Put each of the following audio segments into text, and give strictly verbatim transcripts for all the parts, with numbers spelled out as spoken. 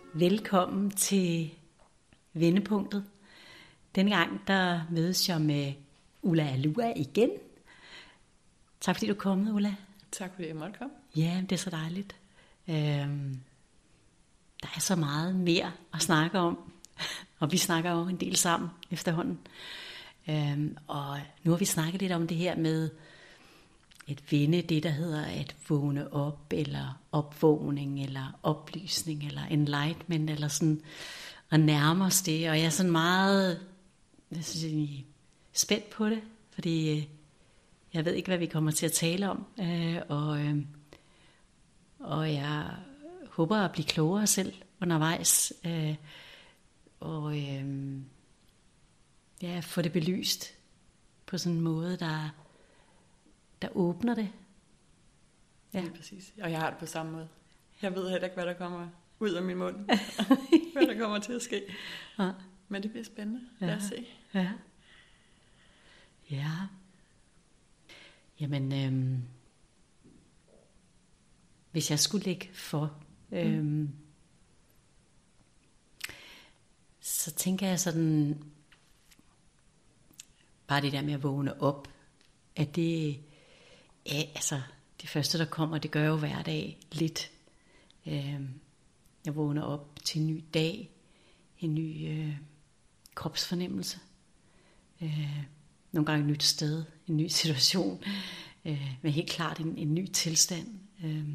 Velkommen til Vendepunktet. Denne gang der mødes jeg med Ulla Alua igen. Tak fordi du er kommet, Ulla. Tak fordi jeg måtte komme. Ja, det er så dejligt. Øhm, der er så meget mere at snakke om, og vi snakker jo en del sammen efterhånden. Øhm, og nu har vi snakket lidt om det her med at vende det, der hedder at vågne op, eller opvågning, eller oplysning, eller enlightenment, eller sådan, og nærme os det. Og jeg er sådan meget jeg synes, spændt på det, fordi jeg ved ikke, hvad vi kommer til at tale om. Og, og jeg håber at blive klogere selv undervejs, og ja, få det belyst på sådan en måde, der der åbner det. Ja, ja, præcis. Og jeg har det på samme måde. Jeg ved heller ikke, hvad der kommer ud af min mund. Hvad der kommer til at ske. Ja. Men det bliver spændende. Lad os se. Ja. Ja. Jamen, øhm, hvis jeg skulle lægge for, øhm, mm. så tænker jeg sådan, bare det der med at vågne op, at det ja, altså, det første, der kommer, det gør jo hver dag lidt. Øh, jeg vågner op til en ny dag, en ny øh, kropsfornemmelse. Øh, nogle gange et nyt sted, en ny situation, øh, men helt klart en, en ny tilstand. Øh,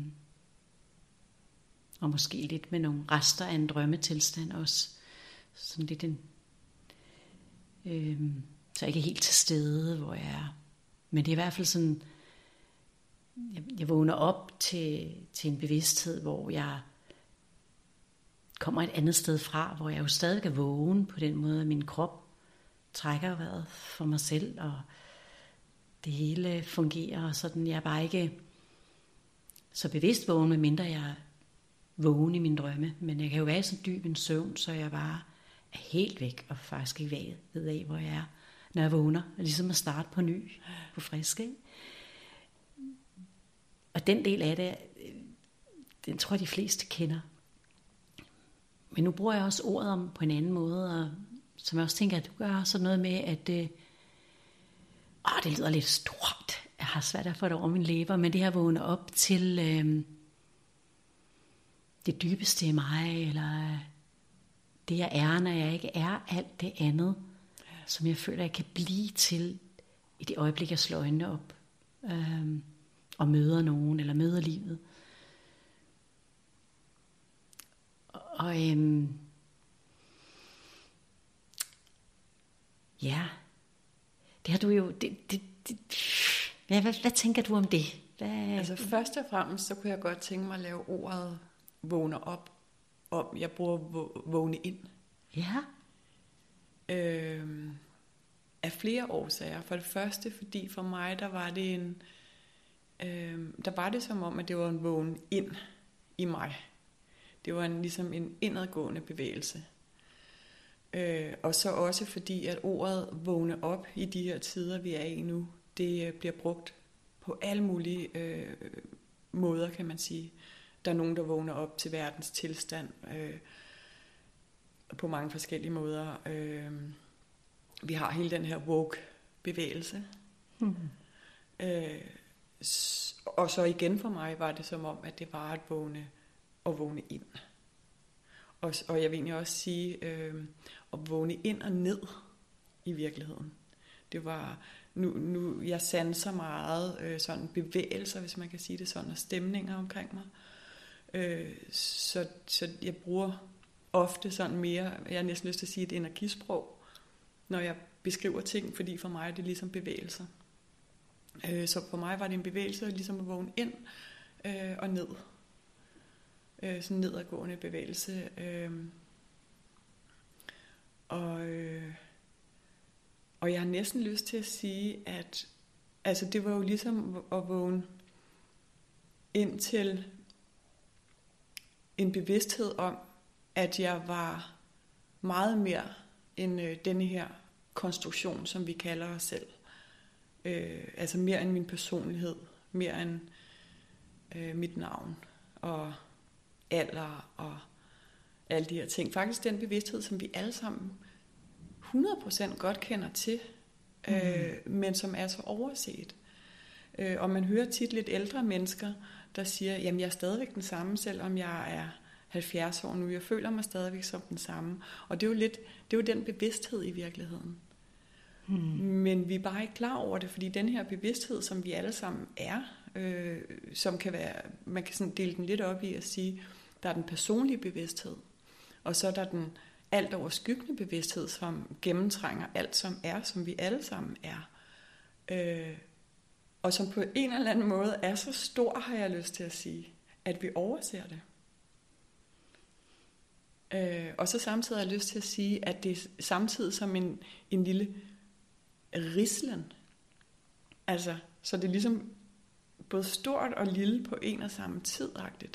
og måske lidt med nogle rester af en drømmetilstand også. Sådan lidt en... Øh, så jeg ikke er helt til stede, hvor jeg er. Men det er i hvert fald sådan... Jeg, jeg vågner op til, til en bevidsthed, hvor jeg kommer et andet sted fra, hvor jeg jo stadig er vågen på den måde, at min krop trækker vejret for mig selv, og det hele fungerer, og sådan. Jeg er bare ikke så bevidst vågen, medmindre jeg er vågen i min drømme, men jeg kan jo være så dyb en søvn, så jeg bare er helt væk, og faktisk ikke ved af, hvor jeg er, når jeg vågner, ligesom at starte på ny, på frisk, ikke? Og den del af det, den tror jeg, de fleste kender. Men nu bruger jeg også ordet om på en anden måde, og som jeg også tænker, at du gør sådan noget med, at øh, åh, det lyder lidt stort. Jeg har svært at få det over min læber, men det her vågne op til øh, det dybeste i mig, eller det jeg er, når jeg ikke er alt det andet, som jeg føler, jeg kan blive til i det øjeblik, jeg slår øjnene op. Øh, og møder nogen, eller møder livet. Og øhm, ja, det har du jo, det, det, det, ja, hvad, hvad tænker du om det? Hvad? Altså først og fremmest, så kunne jeg godt tænke mig at lave ordet vågne op, om jeg bruger vågne ind. Ja. Øhm, af flere årsager. For det første, fordi for mig, der var det en Øh, der var det som om, at det var en vågen ind i mig. Det var en, ligesom en indadgående bevægelse. Øh, og så også fordi, at ordet vågne op i de her tider, vi er i nu, det øh, bliver brugt på alle mulige øh, måder, kan man sige. Der er nogen, der vågner op til verdens tilstand øh, på mange forskellige måder. Øh, vi har hele den her woke-bevægelse. Mm. Øh, Og så igen for mig var det som om, at det var at vågne og vågne ind. Og, og jeg vil egentlig også sige, øh, at vågne ind og ned i virkeligheden. Det var, nu, nu jeg sanser meget øh, sådan bevægelser, hvis man kan sige det sådan, og stemninger omkring mig. Øh, så, så jeg bruger ofte sådan mere, jeg har næsten lyst til at sige et energisprog, når jeg beskriver ting, fordi for mig er det ligesom bevægelser. Så for mig var det en bevægelse ligesom at vågne ind øh, og ned. Øh, sådan en nedadgående bevægelse. Øh, og, øh, og jeg har næsten lyst til at sige, at altså det var jo ligesom at vågne ind til en bevidsthed om, at jeg var meget mere end øh, denne her konstruktion, som vi kalder os selv. Øh, altså mere end min personlighed, mere end øh, mit navn og alder og alle de her ting. Faktisk den bevidsthed, som vi alle sammen hundrede procent godt kender til, mm. øh, men som er så overset. Øh, og man hører tit lidt ældre mennesker, der siger, jamen jeg er stadigvæk den samme, selvom jeg er halvfjerds år nu. Jeg føler mig stadigvæk som den samme. Og det er jo lidt, det er jo den bevidsthed i virkeligheden. Mm. Men vi er bare ikke klar over det, fordi den her bevidsthed, som vi alle sammen er, øh, som kan være, man kan sådan dele den lidt op i at sige, der er den personlige bevidsthed, og så er der den alt overskyggende bevidsthed, som gennemtrænger alt, som er, som vi alle sammen er. Øh, og som på en eller anden måde er så stor, har jeg lyst til at sige, at vi overser det. Øh, og så samtidig har jeg lyst til at sige, at det er samtidig som en, en lille rislen. Altså, så det er ligesom både stort og lille på en og samme tid-agtigt.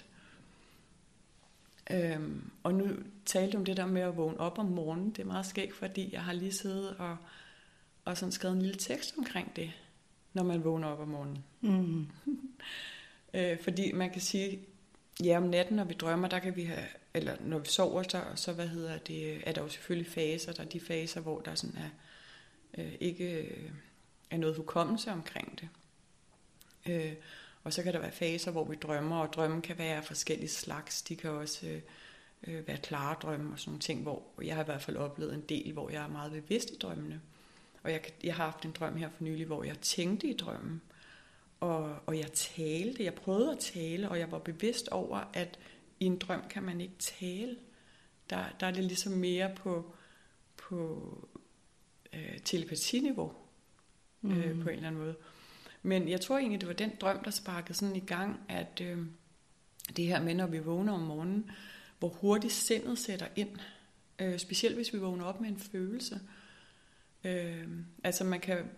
Øhm, og nu talte du om det der med at vågne op om morgenen. Det er meget skægt, fordi jeg har lige siddet og, og sådan skrevet en lille tekst omkring det, når man vågner op om morgenen. Mm. øh, fordi man kan sige, ja, om natten, når vi drømmer, der kan vi have, eller når vi sover, så, så hvad hedder det, er der jo selvfølgelig faser. Der er de faser, hvor der sådan er øh, ikke øh, er noget hukommelse omkring det. Øh, og så kan der være faser, hvor vi drømmer, og drømmen kan være forskellige slags. De kan også øh, øh, være klare drømme og sådan nogle ting, hvor jeg har i hvert fald oplevet en del, hvor jeg er meget bevidst i drømmene. Og jeg, jeg har haft en drøm her for nylig, hvor jeg tænkte i drømmen, og, og jeg talte, jeg prøvede at tale, og jeg var bevidst over, at i en drøm kan man ikke tale. Der, der er det ligesom mere på, på øh, telepatiniveau, mm. øh, på en eller anden måde. Men jeg tror egentlig, det var den drøm, der sparkede sådan i gang, at øh, det her med, når vi vågner om morgenen, hvor hurtigt sindet sætter ind. Øh, specielt hvis vi vågner op med en følelse. Øh, altså man kan...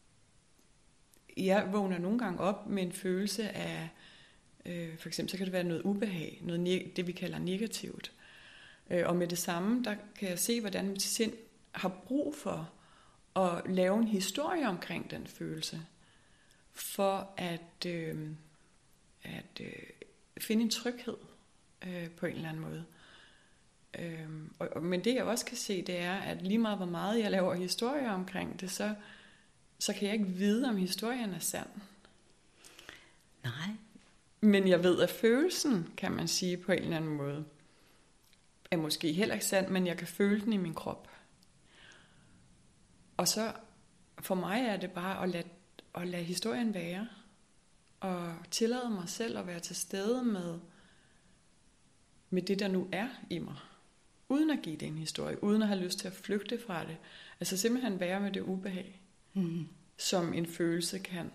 Jeg vågner nogle gange op med en følelse af... Øh, for eksempel så kan det være noget ubehag, noget ne- det vi kalder negativt. Øh, og med det samme, der kan jeg se, hvordan mit sind har brug for at lave en historie omkring den følelse. For at, øh, at øh, finde en tryghed øh, på en eller anden måde. Øh, og, men det jeg også kan se, det er, at lige meget hvor meget jeg laver historier omkring det, så, så kan jeg ikke vide, om historien er sand. Nej. Men jeg ved, at følelsen, kan man sige på en eller anden måde, er måske heller ikke sand, men jeg kan føle den i min krop. Og så for mig er det bare at lade og lade historien være, og tillade mig selv at være til stede med, med det, der nu er i mig, uden at give det en historie, uden at have lyst til at flygte fra det. Altså simpelthen være med det ubehag, mm. som en følelse kan,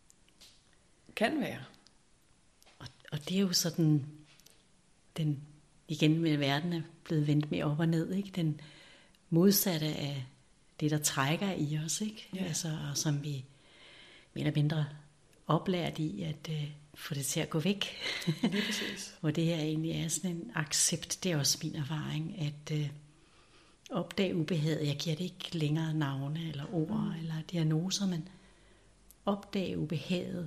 kan være. Og, og det er jo sådan, den, igen med verden er blevet vendt mere op og ned, ikke? Den modsatte af det, der trækker i os, ikke? Ja. Altså, og som vi mere eller mindre oplært i at øh, få det til at gå væk. Lige præcis. Hvor det her egentlig er sådan en accept, det er også min erfaring, at øh, opdage ubehaget. Jeg giver det ikke længere navne eller ord mm. eller diagnoser, men opdage ubehaget,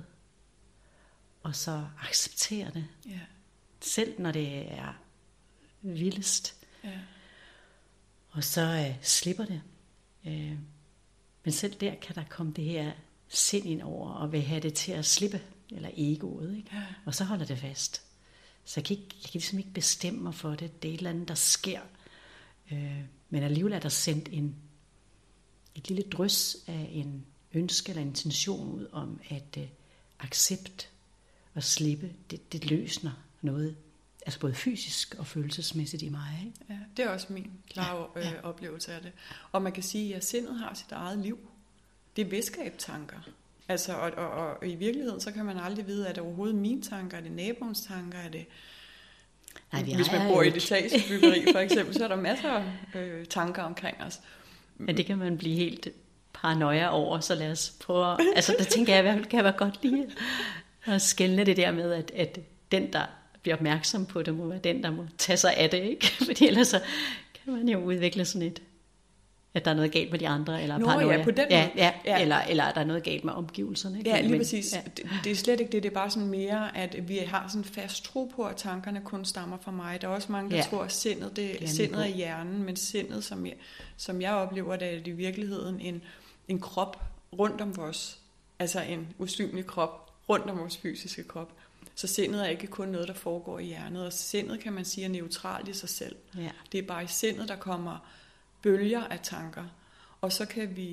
og så acceptere det. Yeah. Selv når det er vildest. Yeah. Og så øh, slipper det. Øh, men selv der kan der komme det her sind ind over, og vil have det til at slippe, eller egoet, ikke? Ja. Og så holder det fast. Så jeg kan, ikke, jeg kan ligesom ikke bestemme mig for det. Det er et eller andet, der sker. Øh, men alligevel er der sendt en, et lille drys af en ønske eller intention ud om, at øh, accept og slippe, det, det løsner noget, altså både fysisk og følelsesmæssigt i mig, ikke? Ja, det er også min klare ja, ja. Øh, oplevelse af det. Og man kan sige, at sindet har sit eget liv. Det er væskeabtanker. Altså, og, og, og i virkeligheden, så kan man aldrig vide, er det overhovedet mine tanker, er det naboens tanker, er det... Nej, vi hvis man bor i et etagebyggeri for eksempel, så er der masser af øh, tanker omkring os. Men det kan man blive helt paranoia over, så lad os prøve... Altså, der tænker jeg, at det kan være godt lige at skelne det der med, at, at den, der bliver opmærksom på det, må være den, der må tage sig af det, ikke? Fordi ellers så kan man jo udvikle sådan et at der er noget galt med de andre, eller Nå, paranoia. ja, på den ja, måde. ja, Ja. Eller, eller er der noget galt med omgivelserne. Ikke? Ja, lige Men- præcis. ja. Det, det er slet ikke det. Det er bare sådan mere, at vi har sådan en fast tro på, at tankerne kun stammer fra mig. Der er også mange, der Ja. tror, at sindet, det, Det er sindet er på. hjernen, men sindet, som jeg, som jeg oplever, det er i virkeligheden en, en krop rundt om vores, altså en usynlig krop rundt om vores fysiske krop. Så sindet er ikke kun noget, der foregår i hjernet, og sindet, kan man sige, er neutralt i sig selv. Ja. Det er bare i sindet, der kommer bølger af tanker. Og så kan vi,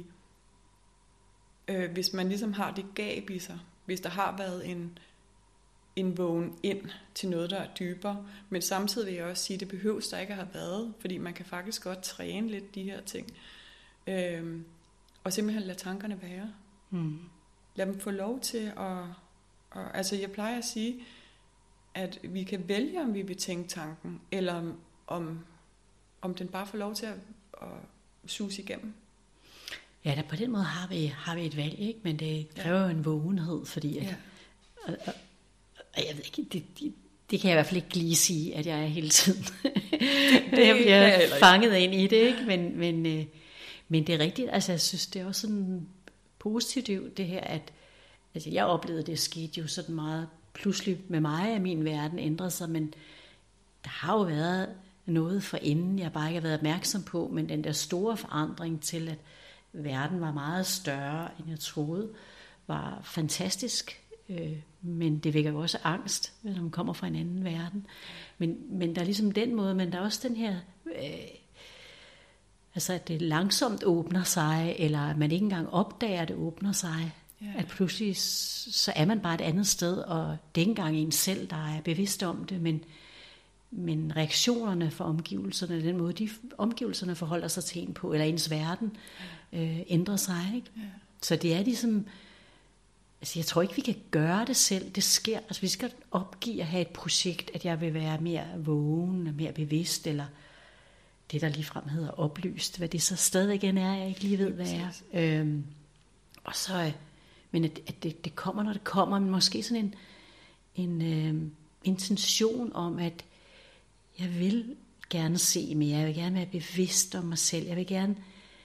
øh, hvis man ligesom har det gab i sig, hvis der har været en, en vågen ind til noget, der er dybere, men samtidig vil jeg også sige, at det behøves der ikke at have været, fordi man kan faktisk godt træne lidt de her ting. Øh, og simpelthen lade tankerne være. Mm. Lad dem få lov til at... Og, altså jeg plejer at sige, at vi kan vælge, om vi vil tænke tanken, eller om, om, om den bare får lov til at, at suse igennem. Ja, der på den måde har vi, har vi et valg, ikke? Men det kræver jo en vågenhed, fordi at, Ja. og, og, og jeg ved ikke, det, det, det kan jeg i hvert fald ikke lige sige, at jeg er hele tiden. Det, det jeg kan bliver jeg heller ikke. fanget ind i det, ikke? Men, men, øh, men det er rigtigt, altså jeg synes, det er også sådan positivt, det her, at altså, jeg oplevede, det skete jo sådan meget pludselig med mig, at min verden ændrede sig, men der har jo været noget for inden, jeg bare ikke har været opmærksom på, men den der store forandring til, at verden var meget større, end jeg troede, var fantastisk. Øh, men det vækker jo også angst, når man kommer fra en anden verden. Men, men der er ligesom den måde, men der er også den her, øh, altså at det langsomt åbner sig, eller at man ikke engang opdager, at det åbner sig. Ja. At pludselig så er man bare et andet sted, og det er ikke engang en selv, der er bevidst om det, men, men reaktionerne fra omgivelserne, den måde de omgivelserne forholder sig til en på, eller ens verden, øh, ændrer sig. Ikke? Ja. Så det er ligesom, altså jeg tror ikke, vi kan gøre det selv. Det sker, altså vi skal opgive at have et projekt, at jeg vil være mere vågen, mere bevidst, eller det, der ligefrem hedder oplyst, hvad det så stadigvæk er, jeg ikke lige ved, hvad er. Øhm, og så, men at, at det, det kommer, når det kommer, men måske sådan en, en øh, intention om, at jeg vil gerne se mere, jeg vil gerne være bevidst om mig selv, jeg vil gerne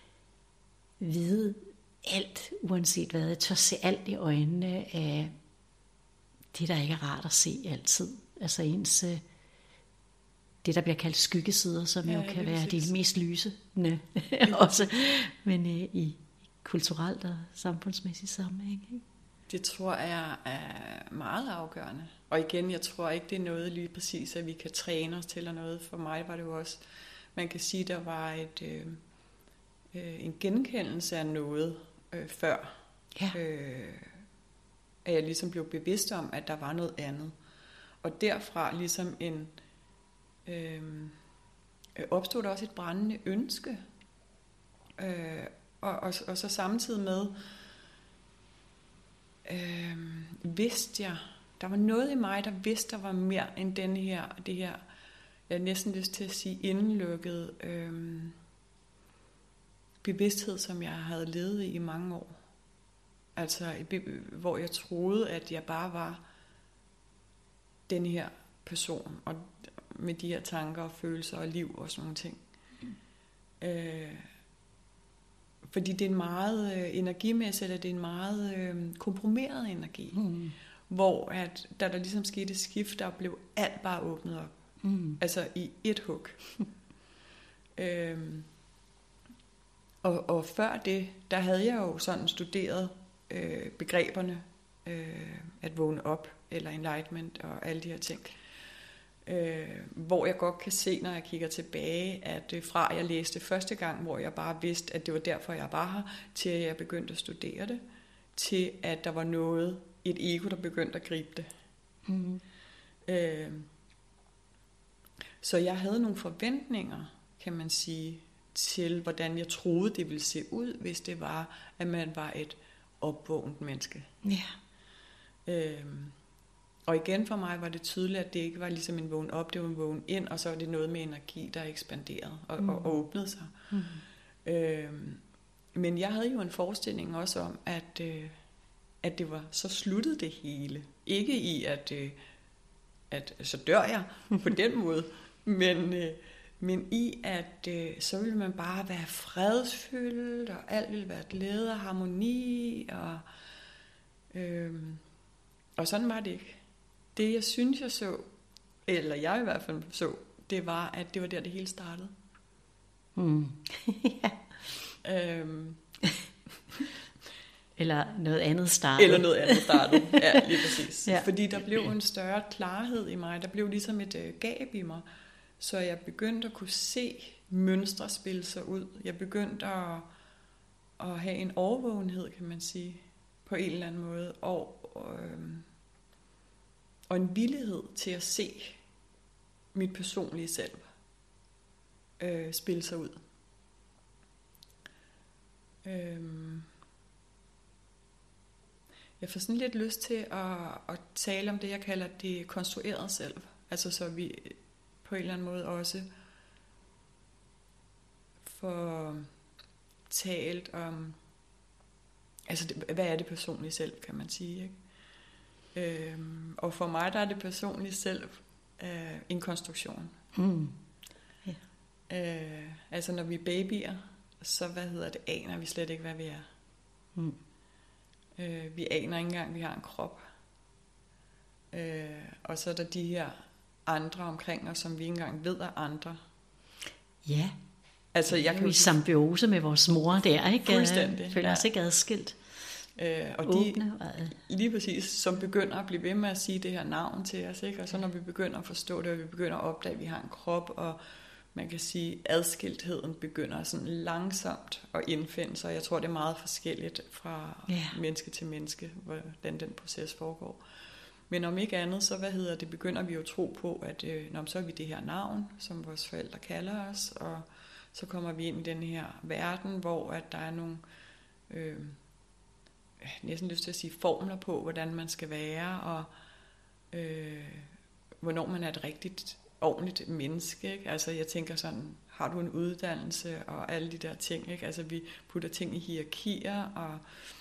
vide alt, uanset hvad, jeg tør se alt i øjnene af det, der ikke er rart at se altid. Altså ens, øh, det der bliver kaldt skyggesider, som Ja, jo ja, kan lige være præcis. de mest lysende også, men øh, i kulturelt og samfundsmæssigt sammenhæng. Ikke? Det tror jeg er meget afgørende. Og igen, jeg tror ikke, det er noget lige præcis, at vi kan træne os til eller noget. For mig var det jo også, man kan sige, der var et, øh, øh, en genkendelse af noget øh, før. Ja. Øh, at jeg ligesom blev bevidst om, at der var noget andet. Og derfra ligesom en, øh, opstod der også et brændende ønske. Øh, og, og, og så samtidig med, øh, vidste jeg, der var noget i mig, der vidste, der var mere end denne her, det her, jeg har næsten lyst til at sige, indelukket øh, bevidsthed, som jeg havde levet i i mange år. Altså, hvor jeg troede, at jeg bare var den her person, og med de her tanker og følelser og liv og sådan nogle ting. Mm. Øh, fordi det er en meget øh, energimæssigt, eller det er en meget øh, komprimeret energi, mm. hvor at, da der ligesom skete et skift, der blev alt bare åbnet op. Mm. Altså i et hug. øh, og, og før det, der havde jeg jo sådan studeret øh, begreberne, øh, at vågne op, eller enlightenment og alle de her ting. Øh, hvor jeg godt kan se, når jeg kigger tilbage, at øh, fra jeg læste første gang, hvor jeg bare vidste, at det var derfor, jeg var her, til at jeg begyndte at studere det, til at der var noget, et ego, der begyndte at gribe det. Mm-hmm. Øh, så jeg havde nogle forventninger, kan man sige, til hvordan jeg troede, det ville se ud, hvis det var, at man var et opvågnet menneske. Ja. Øh, Og igen for mig var det tydeligt, at det ikke var ligesom en vågen op, det var en vågen ind, og så var det noget med energi, der ekspanderede og, mm. og, og åbnede sig. Mm. Øhm, men jeg havde jo en forestilling også om, at, øh, at det var så sluttet det hele. Ikke i, at, øh, at så dør jeg på den måde, men, øh, men i, at øh, så ville man bare være fredsfyldt, og alt ville være glæde og harmoni, og, øh, og sådan var det ikke. Det jeg synes jeg så, eller jeg i hvert fald så, det var, at det var der det hele startede. Mm. Ja. Øhm, Eller noget andet startede. Eller noget andet startede, ja, lige præcis. Ja. Fordi der blev en større klarhed i mig, der blev ligesom et øh, gab i mig, så jeg begyndte at kunne se mønstre spille sig ud. Jeg begyndte at, at have en overvågenhed, kan man sige, på en eller anden måde, og, øh, og en villighed til at se mit personlige selv øh, spille sig ud. Øh, Jeg får sådan lidt lyst til at, at tale om det, jeg kalder det konstruerede selv. Altså så vi på en eller anden måde også får talt om, altså det, hvad er det personlige selv, kan man sige, ikke? Øhm, og for mig, der er det personlige selv øh, en konstruktion. Mm. Ja. Øh, altså når vi er babyer, så hvad hedder det, aner vi slet ikke, hvad vi er. Mm. Øh, vi aner ikke engang, at vi har en krop. Øh, og så er der de her andre omkring os, som vi ikke engang ved er andre. Ja, altså, jeg kan jo i symbiose med vores mor der, ikke? Fuldstændig. Føler ja. os ikke adskilt. Øh, og Åbne, de, og... lige præcis, som begynder at blive ved med at sige det her navn til os, ikke? Og så når vi begynder at forstå det, og vi begynder at opdage, at vi har en krop, og man kan sige, adskiltheden begynder sådan langsomt at indfinde sig. Jeg tror, det er meget forskelligt fra yeah. menneske til menneske, hvordan den proces foregår. Men om ikke andet, så hvad hedder det, begynder vi jo at tro på, at øh, når så er vi det her navn, som vores forældre kalder os, og så kommer vi ind i den her verden, hvor at der er nogle, øh, næsten lyst til at sige, formler på, hvordan man skal være, og øh, hvornår man er et rigtigt ordentligt menneske, ikke? Altså jeg tænker sådan, har du en uddannelse og alle de der ting, ikke? Altså vi putter ting i hierarkier, og,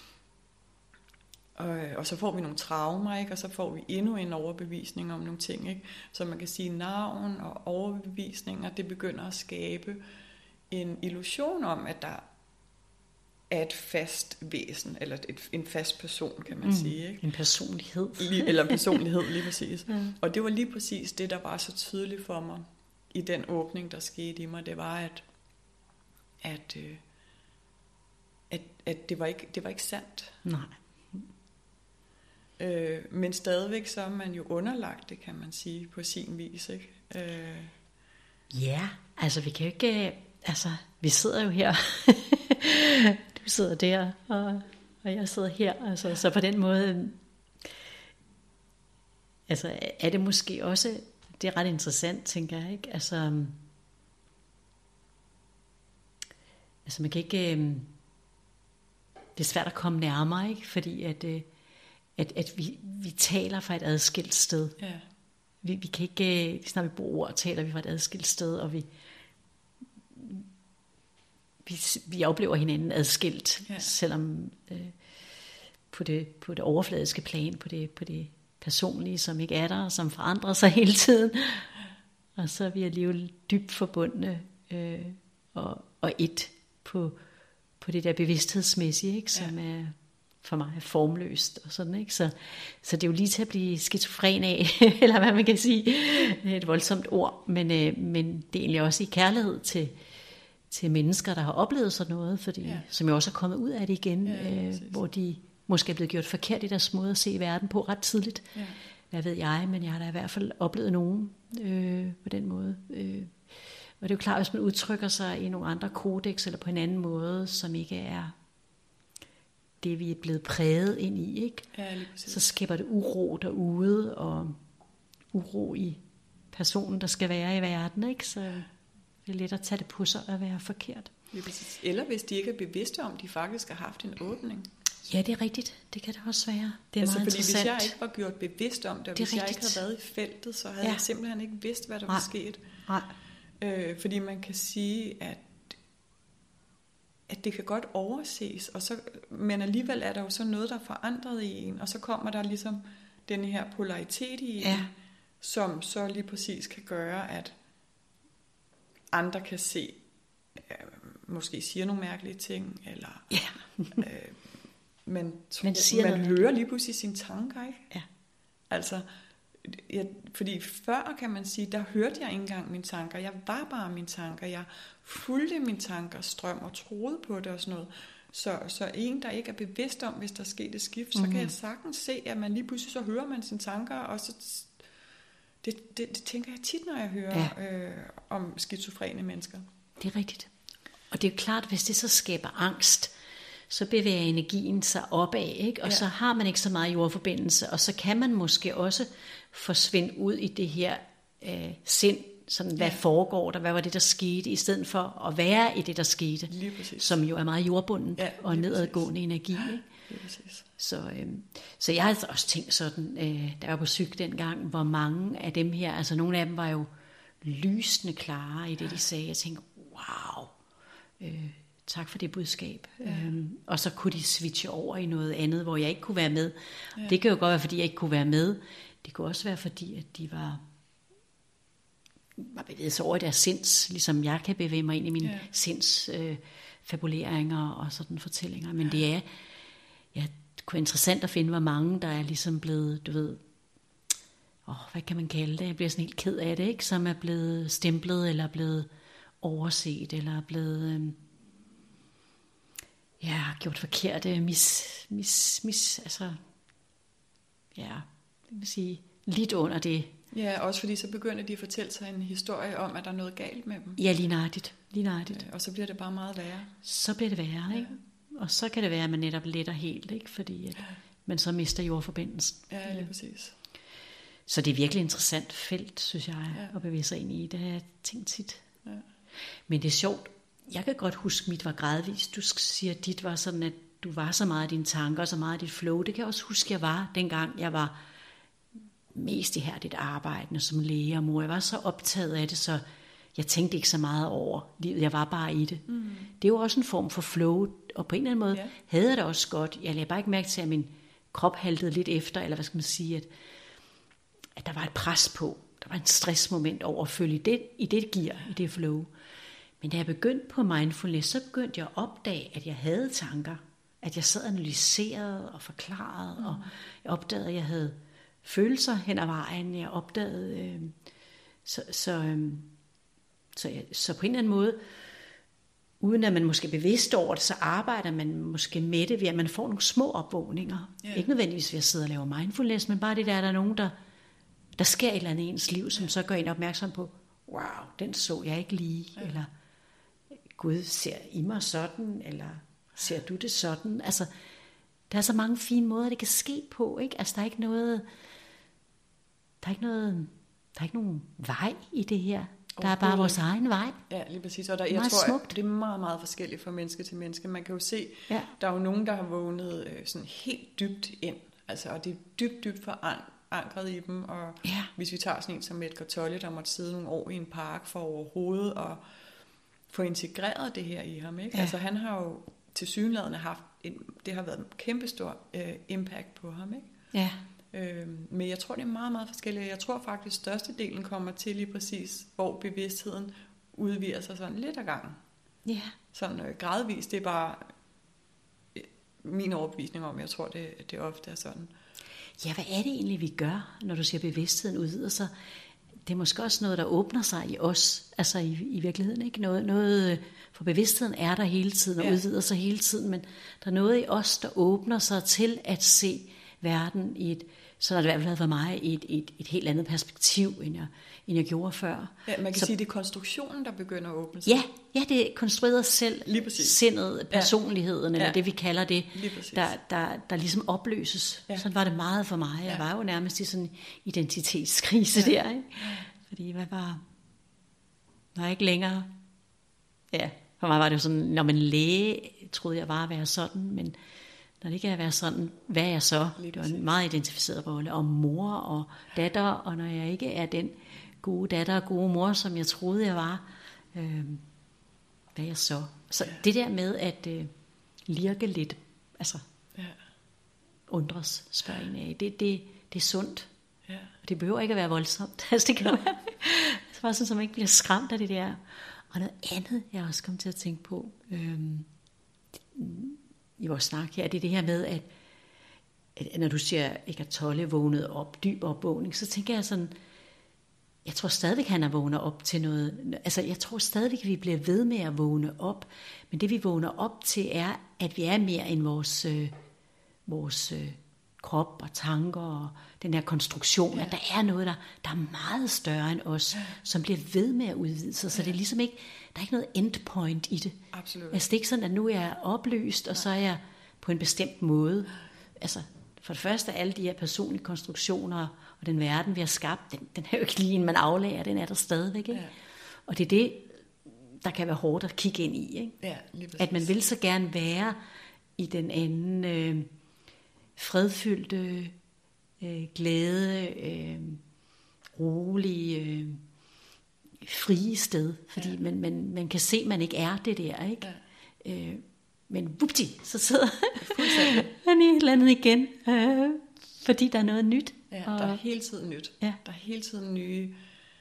og, og så får vi nogle traumer, ikke? Og så får vi endnu en overbevisning om nogle ting, ikke? Så man kan sige, navn og overbevisninger, det begynder at skabe en illusion om, at der er et fast væsen, eller et, en fast person, kan man mm, sige. Ikke? En personlighed. Lige, eller en personlighed, lige præcis. Ja. Og det var lige præcis det, der var så tydeligt for mig, i den åbning, der skete i mig. Det var, at, at, øh, at, at det, var ikke, det var ikke sandt. Nej. Øh, men stadigvæk så er man jo underlagt det, kan man sige, på sin vis. Ikke? Øh. Ja, altså vi kan jo ikke... Altså, vi sidder jo her... Du sidder der, og, og jeg sidder her. Altså, så på den måde, altså, er det måske også, det er ret interessant, tænker jeg, ikke? Altså, altså man kan ikke, det er svært at komme nærmere, ikke? Fordi at, at, at vi, vi taler fra et adskilt sted. Ja. Vi, vi kan ikke, når vi bruger ord, taler vi fra et adskilt sted, og vi Vi, vi oplever hinanden adskilt, ja. Selvom øh, på, det, på det overfladiske plan, på det, på det personlige, som ikke er der, som forandrer sig hele tiden. Og så er vi alligevel dybt forbundne øh, og, og et på, på det der bevidsthedsmæssige, ikke, som ja. er for mig er formløst og sådan, ikke? Så, så det er jo lige til at blive skizofren af, eller hvad man kan sige, et voldsomt ord, men, øh, men det er egentlig også i kærlighed til til mennesker, der har oplevet sådan noget, fordi, ja. Som jo også er kommet ud af det igen, ja, øh, hvor de måske er blevet gjort forkert i deres måde at se verden på ret tidligt. Ja. Hvad ved jeg, men jeg har da i hvert fald oplevet nogen øh, på den måde. Øh, og det er jo klart, hvis man udtrykker sig i nogle andre kodex, eller på en anden måde, som ikke er det, vi er blevet præget ind i, ikke? Ja, så skaber det uro derude, og uro i personen, der skal være i verden, ikke? Så det er let at tage det på sig at være forkert. Eller hvis de ikke er bevidste om, de faktisk har haft en åbning. Ja, det er rigtigt. Det kan det også være. Det er altså, meget fordi interessant. Hvis jeg ikke var gjort bevidst om det, og det hvis rigtigt. Jeg ikke havde været i feltet, så havde ja. Jeg simpelthen ikke vidst, hvad der Nej. var sket. Nej. Øh, fordi man kan sige, at, at det kan godt overses, og så, men alligevel er der jo så noget, der er forandret i en, og så kommer der ligesom den her polaritet i en, ja. som så lige præcis kan gøre, at andre kan se, øh, måske siger nogle mærkelige ting, eller Ja. øh, man, tro, Man siger man noget hører mærkeligt. lige pludselig sine tanker, ikke? Ja. Altså, jeg, fordi før kan man sige, der hørte jeg ikke engang mine tanker. Jeg var bare mine tanker. Jeg fulgte mine tanker strøm og troede på det og sådan noget. Så, så en, der ikke er bevidst om, hvis der sker et skift, mm-hmm. så kan jeg sagtens se, at man lige pludselig så hører man sine tanker, og så det, det, det tænker jeg tit, når jeg hører ja. øh, om skizofrene mennesker. Det er rigtigt. Og det er jo klart, hvis det så skaber angst, så bevæger energien sig opad, ikke? Og ja. så har man ikke så meget jordforbindelse, og så kan man måske også forsvinde ud i det her øh, sind, sådan hvad ja. foregår der, hvad var det, der skete, i stedet for at være i det, der skete, som jo er meget jordbundet ja, og nedadgående energi. Ikke? Så, øh, så jeg havde også tænkt sådan, øh, da jeg var på psyk dengang, hvor mange af dem her, altså nogle af dem var jo lysende klare i det, de sagde. Jeg tænkte, wow, øh, tak for det budskab. Ja. Øhm, og så kunne de switche over i noget andet, hvor jeg ikke kunne være med. Ja. Det kan jo godt være, fordi jeg ikke kunne være med. Det kunne også være, fordi at de var, var bevæget sig over i deres sinds, ligesom jeg kan bevæge mig ind i mine ja. sinds øh, fabuleringer og sådan fortællinger. Men ja. det er, ja, det kunne være interessant at finde, hvor mange der er ligesom blevet, du ved, åh, hvad kan man kalde det? Jeg bliver sådan helt ked af det, ikke? Som er blevet stemplet, eller blevet overset, eller blevet øh, ja, gjort forkerte, mis, mis, mis, altså, ja, jeg vil sige, lidt under det. Ja, også fordi så begynder de at fortælle sig en historie om, at der er noget galt med dem. Ja, lige nøjagtigt, lige nøjagtigt. Og så bliver det bare meget værre. Så bliver det værre, ikke? Ja. Og så kan det være, at man netop letter helt, ikke? Fordi at man så mister jordforbindelsen. Ja, lige præcis. Så det er virkelig et interessant felt, synes jeg, ja. at bevæge sig ind i. Det har jeg tænkt tit. Ja. Men det er sjovt. Jeg kan godt huske, at mit var gradvist. Du siger, at dit var sådan, at du var så meget af dine tanker, så meget af dit flow. Det kan jeg også huske, at jeg var, dengang jeg var mest ihærdigt arbejdende som læge og mor. Jeg var så optaget af det, så jeg tænkte ikke så meget over livet. Jeg var bare i det. Mm. Det er jo også en form for flow, og på en eller anden måde yeah. havde jeg det også godt. Jeg lagde bare ikke mærke til, at min krop haltede lidt efter, eller hvad skal man sige, at, at der var et pres på. Der var en stressmoment over at følge i det, i det gear, i det flow. Men da jeg begyndte på mindfulness, så begyndte jeg at opdage, at jeg havde tanker. At jeg sad og analyserede og forklarede, mm. og jeg opdagede, at jeg havde følelser hen ad vejen. Jeg opdagede, øh, så, så, øh, så, jeg, så på en eller anden måde, uden at man måske er bevidst over det, så arbejder man måske med det, ved at man får nogle små opvågninger. Yeah. Ikke nødvendigvis ved at sidde og lave mindfulness, men bare det der, der er nogen, der, der sker et eller andet i ens liv, som så gør en opmærksom på, wow, den så jeg ikke lige, yeah. eller Gud, ser I mig sådan, eller ser du det sådan? Altså, der er så mange fine måder, det kan ske på, ikke? Altså, der er ikke noget, der er ikke noget, der er ikke nogen vej i det her. Der er bare vores egen vej. Ja, lige præcis. Og der, jeg tror, smukt. At det er meget, meget forskelligt fra menneske til menneske. Man kan jo se, ja. Der er jo nogen, der har vågnet øh, sådan helt dybt ind. Altså, og det er dybt, dybt forankret i dem. Og ja. Hvis vi tager sådan en som Edgar Tolle, der måtte sidde nogle år i en park for overhovedet og få integreret det her i ham. Ikke? Ja. Altså, han har jo tilsyneladende haft, en, det har været en kæmpestor øh, impact på ham. Ikke? Ja. Øhm, men jeg tror, det er meget, meget forskelligt. Jeg tror faktisk, at størstedelen kommer til lige præcis, hvor bevidstheden udvider sig sådan lidt ad gangen. Ja. Sådan øh, gradvist. Det er bare øh, min overbevisning om, jeg tror, det, det ofte er sådan. Ja, hvad er det egentlig, vi gør, når du siger, bevidstheden udvider sig? Det er måske også noget, der åbner sig i os, altså i, i virkeligheden, ikke? Noget, noget, for bevidstheden er der hele tiden og ja. Udvider sig hele tiden, men der er noget i os, der åbner sig til at se verden i et, så er det i hvert fald for mig, i et, et, et helt andet perspektiv, end jeg, end jeg gjorde før. Ja, man kan så, sige, det er konstruktionen, der begynder at åbne sig. Ja, ja, det er konstrueret selv, sindet, personligheden, ja. Eller det vi kalder det, der, der, der ligesom opløses. Ja. Sådan var det meget for mig. Jeg ja. Var jo nærmest i sådan en identitetskrise ja. Der, ikke? Fordi hvad var, var jeg ikke længere, ja, for mig var det jo sådan, når man læge, troede jeg var at være sådan, men når det ikke er at være sådan, hvad er jeg så? Det var en meget identificeret rolle. Og mor og datter, og når jeg ikke er den gode datter og gode mor, som jeg troede, jeg var, øh, hvad er jeg så? Så ja. Det der med at øh, lirke lidt, altså ja. Undres, spørger en af, det, det, det er sundt. Ja. Det behøver ikke at være voldsomt. Altså, det kan være, det var sådan, at man ikke bliver skræmt af det der. Og noget andet, jeg også kom til at tænke på øhm, i vores snak her, det er det her med, at, at når du siger, ikke at Tolle vågnede op, dyb opvågning, så tænker jeg sådan, jeg tror stadigvæk, han er vågnet op til noget, altså jeg tror stadigvæk, vi bliver ved med at vågne op, men det vi vågner op til er, at vi er mere end vores, øh, vores øh, krop og tanker og den her konstruktion, ja. At der er noget, der, der er meget større end os, ja. Som bliver ved med at udvide sig, så ja. Det er ligesom ikke, der er ikke noget endpoint i det. Absolut. Altså det er ikke sådan, at nu er jeg opløst, og så er jeg på en bestemt måde. Altså for det første, alle de her personlige konstruktioner og den verden, vi har skabt, den, den er jo ikke lige en, man aflærer, den er der stadigvæk. Ikke? Ja. Og det er det, der kan være hårdt at kigge ind i. Ikke? Ja, at man vil så gerne være i den anden øh, fredfyldte, øh, glæde, øh, rolige, øh, frie sted. Fordi ja. man, man, man kan se, at man ikke er det der. Ikke? Ja. Øh, men vupti, så sidder han i et eller andet igen, øh, fordi der er noget nyt. Ja, der er hele tiden nyt. Ja. Der er hele tiden nye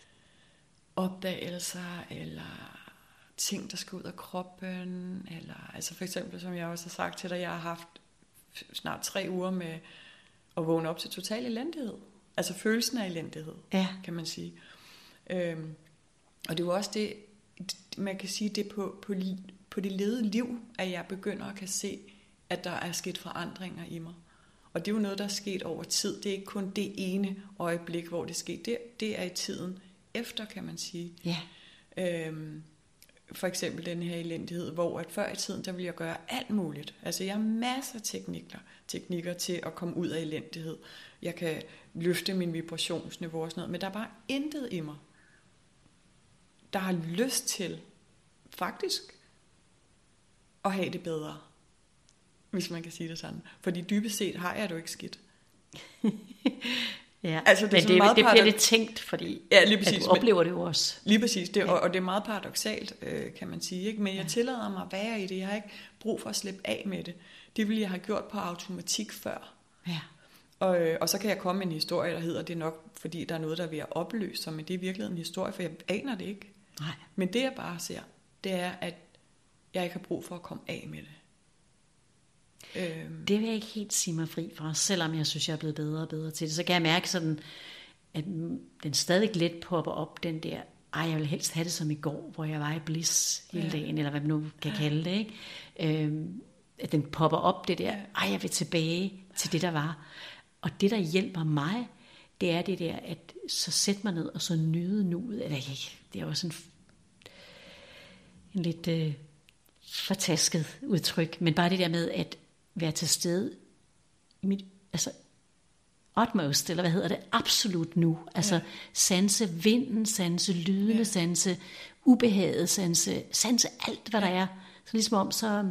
opdagelser, eller ting, der skal ud af kroppen. Eller, altså for eksempel, som jeg også har sagt til dig, jeg har haft snart tre uger med at vågne op til total elendighed. Altså følelsen af elendighed, ja. Kan man sige. Øhm, og det er jo også det, man kan sige, det på, på, på det levede liv, at jeg begynder at kan se, at der er sket forandringer i mig. Og det er jo noget, der er sket over tid. Det er ikke kun det ene øjeblik, hvor det sker. Det, det er i tiden efter, kan man sige. Ja. Øhm, for eksempel den her elendighed, hvor at før i tiden, der ville jeg gøre alt muligt. Altså jeg har masser af teknikker, teknikker til at komme ud af elendighed. Jeg kan løfte min vibrationsniveau og sådan noget, men der er bare intet i mig, der har lyst til faktisk at have det bedre. Hvis man kan sige det sådan. Fordi dybest set har jeg det jo ikke skidt. Ja, altså, det men det, det bliver lidt tænkt, fordi ja, lige præcis, at du oplever det jo også. Lige præcis, det, ja. og, og det er meget paradoksalt, øh, kan man sige. Ikke? Men jeg ja. tillader mig at være i det. Jeg har ikke brug for at slippe af med det. Det ville jeg have gjort på automatik før. Ja. Og, øh, og så kan jeg komme med en historie, der hedder, det er nok, fordi der er noget, der er ved at opløse sig, men det er virkelig en historie, for jeg aner det ikke. Nej. Men det jeg bare ser, det er, at jeg ikke har brug for at komme af med det. Det vil jeg ikke helt sige mig fri fra, selvom jeg synes, jeg er blevet bedre og bedre til det. Så kan jeg mærke sådan, at den stadig let popper op, den der, ej, jeg vil helst have det som i går, hvor jeg var i bliss hele ja. dagen, eller hvad man nu kan ja. kalde det, ikke? Øhm, at den popper op, det der, ej, jeg vil tilbage til det, der var. Og det, der hjælper mig, det er det der, at så sæt mig ned og så nyde nuet, eller ikke, det er også en, en lidt øh, fortasket udtryk, men bare det der med, at være til stede i mit, altså utmost, eller hvad hedder det, absolut nu. Altså ja. sanse vinden, sanse lydene, ja. sanse ubehaget, sanse, sanse alt, hvad ja. der er. Så ligesom om, så,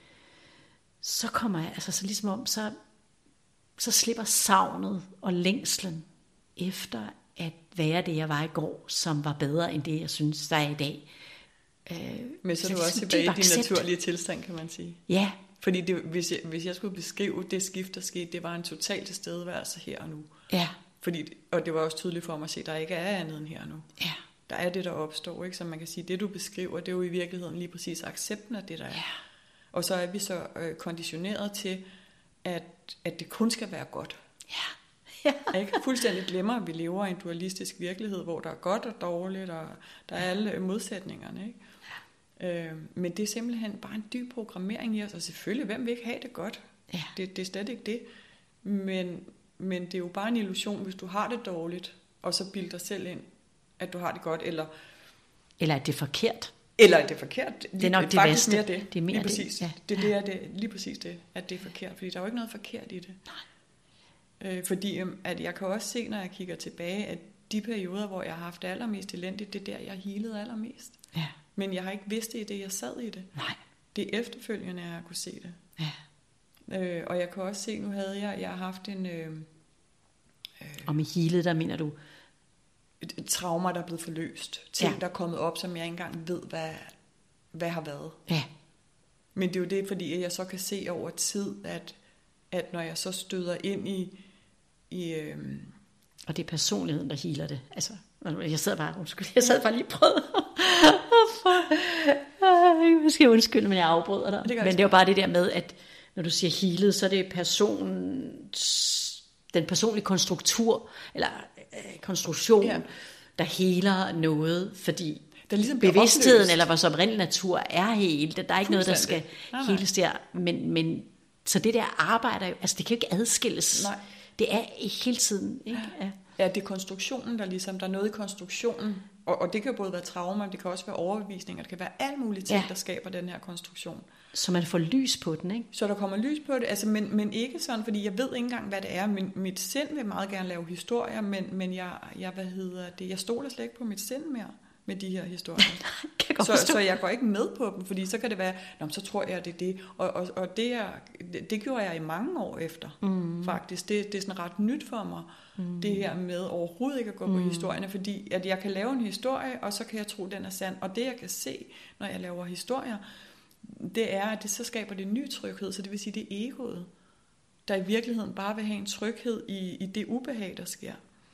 så kommer jeg, altså så ligesom om, så, så slipper savnet og længslen efter at være det, jeg var i går, som var bedre end det, jeg synes, der er i dag. Øh, Men så er du også tilbage i din naturlige tilstand, kan man sige. Ja. Fordi det, hvis, jeg, hvis jeg skulle beskrive det skift, der skete, det var en total tilstedeværelse her og nu. Ja. Fordi, og det var også tydeligt for mig at se, at der ikke er andet end her og nu. Ja. Der er det, der opstår, ikke? Så man kan sige, det du beskriver, det er jo i virkeligheden lige præcis accepten af det, der er. Ja. Og så er vi så øh, konditioneret til, at, at det kun skal være godt. Ja. Ja. Ikke? Fuldstændig glemmer, at vi lever i en dualistisk virkelighed, hvor der er godt og dårligt, og der er alle modsætningerne, ikke? Øh, men det er simpelthen bare en dyb programmering i os, og selvfølgelig, hvem vil ikke have det godt? Ja. Det, det er slet ikke det. Men, men det er jo bare en illusion, hvis du har det dårligt, og så bilder dig selv ind, at du har det godt, eller... Eller at det er forkert. Eller at det er forkert. Det er nok det værste. Mere det. Det er mere lige præcis. det. Ja. Det, det er det, lige præcis det, at det er forkert, fordi der er jo ikke noget forkert i det. Nej. Øh, fordi at jeg kan også se, når jeg kigger tilbage, at de perioder, hvor jeg har haft allermest elendigt, det er der, jeg healede allermest. Ja. Men jeg har ikke vidst det i det, jeg sad i det. Nej. Det er efterfølgende, at jeg kunne se det. Ja. Øh, og jeg kan også se, nu havde jeg, jeg har haft en... Øh, øh, og med healet, der mener du? Traumer, der er blevet forløst. Ting, ja. der er kommet op, som jeg ikke engang ved, hvad, hvad har været. Ja. Men det er jo det, fordi jeg så kan se over tid, at, at når jeg så støder ind i... i øh, og det er personligheden, der healer det. Altså, jeg sad bare, undskyld, jeg sad bare lige prøvet at Jeg skal undskylde, men jeg afbryder dig. Det men det er jo bare det der med, at når du siger healet, så er det persons, den personlige konstruktur, eller øh, konstruktion, ja. der heler noget, fordi der ligesom bevidstheden, opløst. Eller vores oprindelige natur, er helt. Der er ikke noget, der skal nej, nej. heles der. Men, men, så det der arbejder jo, altså det kan jo ikke adskilles. Nej. Det er hele tiden, ikke? Ja. Ja, det er konstruktionen, der ligesom, der er noget i konstruktionen, og, og det kan jo både være traumer, men det kan også være overbevisninger, det kan være alle mulige ting, ja. der skaber den her konstruktion. Så man får lys på den, ikke? Så der kommer lys på det, altså, men, men ikke sådan, fordi jeg ved ikke engang, hvad det er. Min, mit sind vil meget gerne lave historier, men, men jeg, jeg, hvad hedder det, jeg stoler slet ikke på mit sind mere med de her historier. så, så jeg går ikke med på dem, fordi så kan det være, nå, så tror jeg, at det er det. Og, og, og det, er, det, det gjorde jeg i mange år efter, mm. faktisk. Det, det er sådan ret nyt for mig, mm. det her med overhovedet ikke at gå mm. på historierne, fordi at jeg kan lave en historie, og så kan jeg tro, at den er sand. Og det, jeg kan se, når jeg laver historier, det er, at det så skaber det en ny tryghed, så det vil sige, det er egoet, der i virkeligheden bare vil have en tryghed i, i det ubehag, der sker.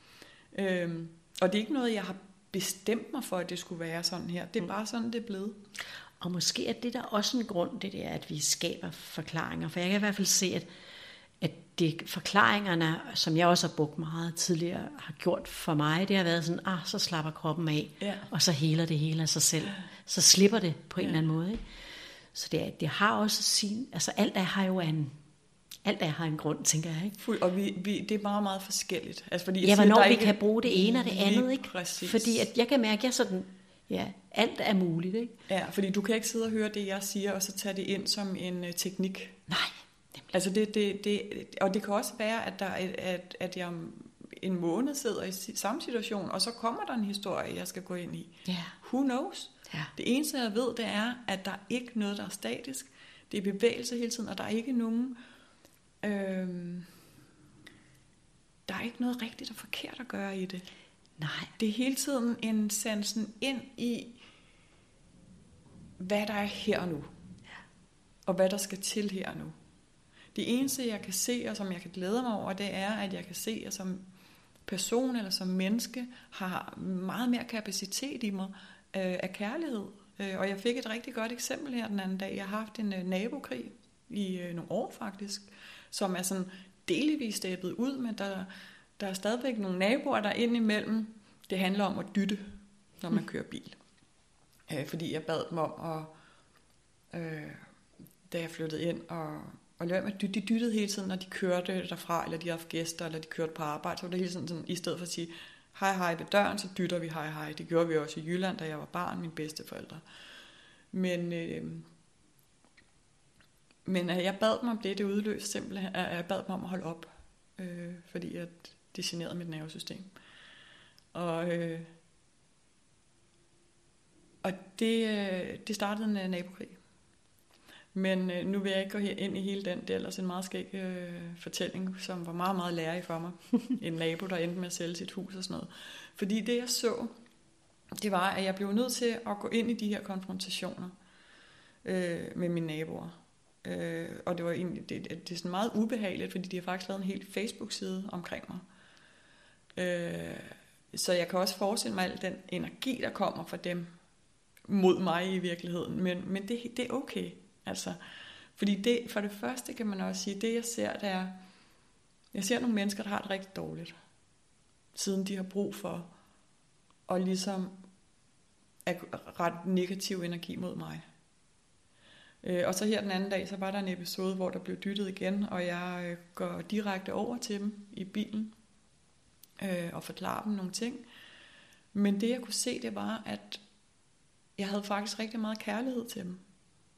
Øhm, og det er ikke noget, jeg har bestemt mig for, at det skulle være sådan her. Det er bare sådan, det er blevet. Og måske er det der også en grund, det der, at vi skaber forklaringer. For jeg kan i hvert fald se, at, at det forklaringerne, som jeg også har brugt meget tidligere, har gjort for mig, det har været sådan, ah, så slapper kroppen af, ja. og så heler det hele af sig selv. Så slipper det på en ja. eller anden måde. Ikke? Så det, det har også sin, altså alt er har jo en, alt er har en grund, tænker jeg, ikke? Fuld, og vi, vi, det er meget, meget forskelligt. Altså, fordi jeg ja, siger, hvornår vi ikke kan bruge det ene og det andet, ikke? Præcis. Fordi at jeg kan mærke, at jeg sådan, ja, alt er muligt, ikke? Ja, fordi du kan ikke sidde og høre det, jeg siger, og så tage det ind som en uh, teknik. Nej. Nemlig. Altså det, det, det, og det kan også være, at, der, at, at jeg en måned sidder i samme situation, og så kommer der en historie, jeg skal gå ind i. Ja. Who knows? Ja. Det eneste, jeg ved, det er, at der er ikke noget, der er statisk. Det er bevægelse hele tiden, og der er ikke nogen... Øhm, der er ikke noget rigtigt og forkert at gøre i det. Nej. Det er hele tiden en sansen ind i, hvad der er her nu. Ja. Og hvad der skal til her nu. Det eneste, jeg kan se, og som jeg kan glæde mig over, det er, at jeg kan se, at som person eller som menneske har meget mere kapacitet i mig øh, af kærlighed. Øh, og jeg fik et rigtig godt eksempel her den anden dag. Jeg har haft en øh, nabokrig i øh, nogle år faktisk, som er sådan delvist stæbet ud, men der, der er stadigvæk nogle naboer, der er ind imellem. Det handler om at dytte, når man kører bil. Øh, fordi jeg bad dem om, at, øh, da jeg flyttede ind, og, og lade med at dytte. De dyttede hele tiden, når de kørte derfra, eller de havde haft gæster, eller de kørte på arbejde. Så var det hele tiden sådan, i stedet for at sige hej hej ved døren, så dytter vi hej hej. Det gjorde vi også i Jylland, da jeg var barn, mine bedsteforældre. Men... Øh, Men jeg bad dem om det, det udløste simpelthen, at jeg bad dem om at holde op, øh, fordi at det generede mit nervesystem. Og, øh, og det, øh, det startede en nabokrig. Men øh, nu vil jeg ikke gå ind i hele den. Det er ellers en meget skæg øh, fortælling, som var meget, meget lærerig for mig. En nabo, der endte med at sælge sit hus og sådan noget. Fordi det jeg så, det var, at jeg blev nødt til at gå ind i de her konfrontationer øh, med mine naboer. Øh, og det var egentlig det, det er sådan meget ubehageligt, fordi de har faktisk lavet en hel Facebook-side omkring mig. Øh, så jeg kan også forestille mig al den energi, der kommer fra dem mod mig i virkeligheden. Men, men det, det er okay. Altså, fordi det, for det første kan man også sige, det jeg ser, det er, jeg ser nogle mennesker, der har det rigtig dårligt, siden de har brug for at ligesom at rette negativ energi mod mig. Og så her den anden dag, så var der en episode, hvor der blev dyttet igen, og jeg går direkte over til dem i bilen øh, og forklarer dem nogle ting. Men det jeg kunne se, det var, at jeg havde faktisk rigtig meget kærlighed til dem.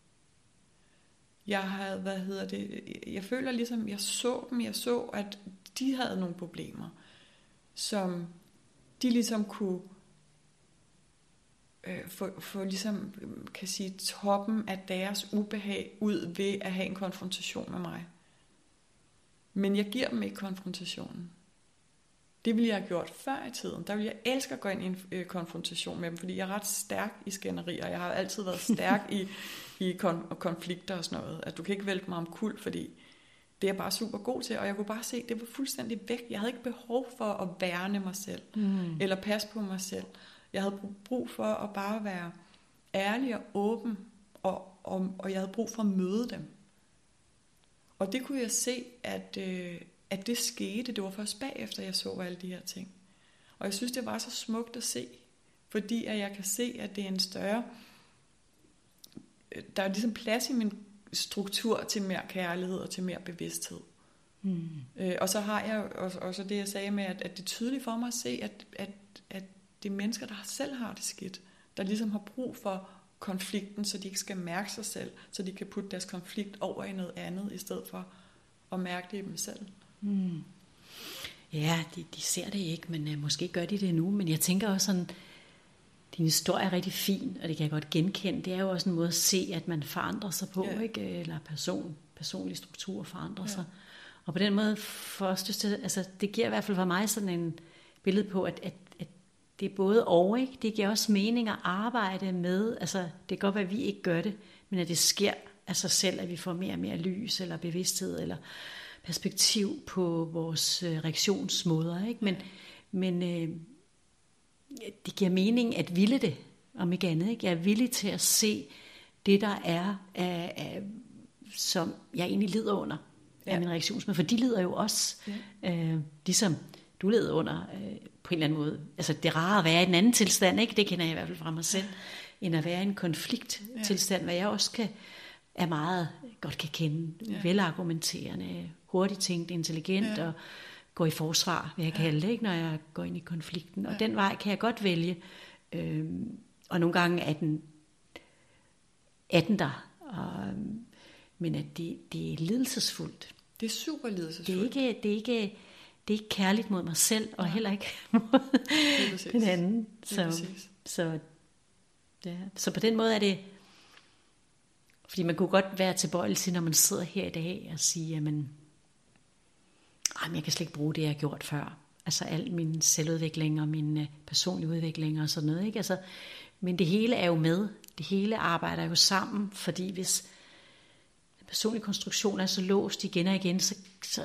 Jeg havde, hvad hedder det, jeg føler ligesom, jeg så dem, jeg så, at de havde nogle problemer, som de ligesom kunne få, få ligesom, kan sige, toppen af deres ubehag ud ved at have en konfrontation med mig. Men jeg giver dem ikke konfrontationen. Det ville jeg have gjort før i tiden. Der ville jeg elske at gå ind i en øh, konfrontation med dem, fordi jeg er ret stærk i skænderier. Jeg har altid været stærk i, i kon- konflikter og sådan noget. At du kan ikke vælte mig omkuld, fordi det er jeg bare super god til. Og jeg kunne bare se, at det var fuldstændig væk. Jeg havde ikke behov for at værne mig selv, mm. eller passe på mig selv. Jeg havde brug for at bare være ærlig og åben, og, og, og jeg havde brug for at møde dem. Og det kunne jeg se, at, øh, at det skete. Det var først bagefter, jeg så alle de her ting. Og jeg synes, det var så smukt at se, fordi at jeg kan se, at det er en større... Der er ligesom plads i min struktur til mere kærlighed og til mere bevidsthed. Mm. Øh, og så har jeg også, også det, jeg sagde med, at, at det er tydeligt for mig at se, at, at, at det er mennesker, der selv har det skidt, der ligesom har brug for konflikten, så de ikke skal mærke sig selv, så de kan putte deres konflikt over i noget andet, i stedet for at mærke det i dem selv. Mm. Ja, de, de ser det ikke, men uh, måske gør de det nu. Men jeg tænker også sådan, din historie er rigtig fin, og det kan jeg godt genkende. Det er jo også en måde at se, at man forandrer sig på, ja. Ikke? Eller person, personlig struktur forandrer ja. sig. Og på den måde, for os, det, altså, det giver i hvert fald for mig sådan en billede på, at, at, at det er både og, ikke? Det giver også mening at arbejde med, altså det kan godt være, at vi ikke gør det, men at det sker af sig selv, at vi får mere og mere lys, eller bevidsthed, eller perspektiv på vores øh, reaktionsmåder, ikke? Men, men øh, det giver mening at ville det, om ikke andet, ikke? Jeg er villig til at se det, der er, af, af, som jeg egentlig lider under, ja. Af min reaktionsmåde, for de lider jo også, ja. øh, ligesom du lider under, øh, på en eller anden måde. Altså det er rart at være i en anden tilstand, ikke? Det kender jeg i hvert fald fra mig selv, ja. End at være i en konflikttilstand, ja. Hvad jeg også kan, er meget godt kan kende, ja. Velargumenterende, hurtigt tænkt, intelligent, ja. Og gå i forsvar, vil jeg ja. Kalde det, ikke, når jeg går ind i konflikten. Og ja. Den vej kan jeg godt vælge. Øhm, og nogle gange er den, er den der. Og, men at det, det er lidelsesfuldt. Det er super lidelsesfuldt. Det er ikke, det er ikke, det er ikke kærligt mod mig selv, og ja. Heller ikke mod den anden. Så, så, ja. Så på den måde er det, fordi man kunne godt være tilbøjelig til, når man sidder her i dag og sige, jamen, jamen, jeg kan slet ikke bruge det, jeg har gjort før. Altså al min selvudvikling og min personlige udvikling og sådan noget, ikke? Altså, men det hele er jo med. Det hele arbejder jo sammen, fordi hvis den personlige konstruktion er så låst igen og igen, så, så,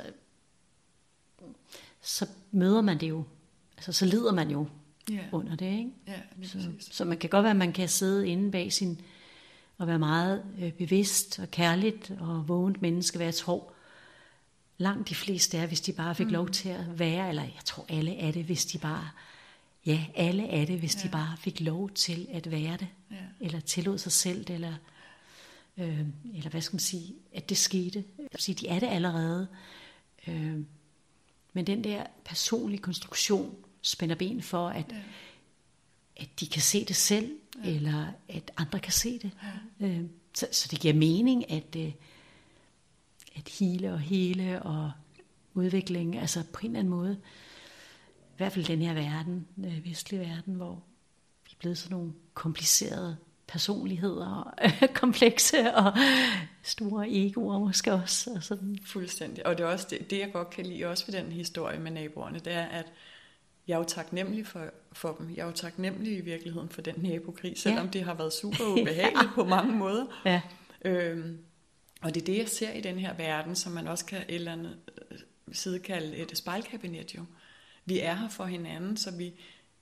så møder man det jo. Altså, så lider man jo yeah. under det, ikke? Ja, lige så, så man kan godt være, at man kan sidde inde bag sin, og være meget øh, bevidst og kærligt og vågent menneske, hvad jeg tror, langt de fleste er, hvis de bare fik mm. lov til at være, eller jeg tror alle er det, hvis de bare, ja, alle er det, hvis ja. De bare fik lov til at være det, ja. Eller tillod sig selv det, eller, øh, eller hvad skal man sige, at det skete. Sige, de er det allerede. Øh, men den der personlige konstruktion spænder ben for, at, ja. At de kan se det selv, ja. Eller at andre kan se det. Ja. Øh, så, så det giver mening, at øh, at hele og hele og udvikling, altså på en eller anden måde, i hvert fald den her verden, den vestlige verden, hvor vi er blevet sådan nogle komplicerede personligheder, komplekse og store egoer måske også. Og sådan. Fuldstændig. Og det er også det, det, jeg godt kan lide også ved den historie med naboerne, det er, at jeg er jo taknemmelig for, for dem. Jeg er jo taknemmelig i virkeligheden for den nabokrig, selvom ja. Det har været super ubehageligt på mange måder. Ja. Øhm, Og det er det, jeg ser i den her verden, som man også kan et eller andet side kalde et spejlkabinet jo. Vi er her for hinanden, så vi,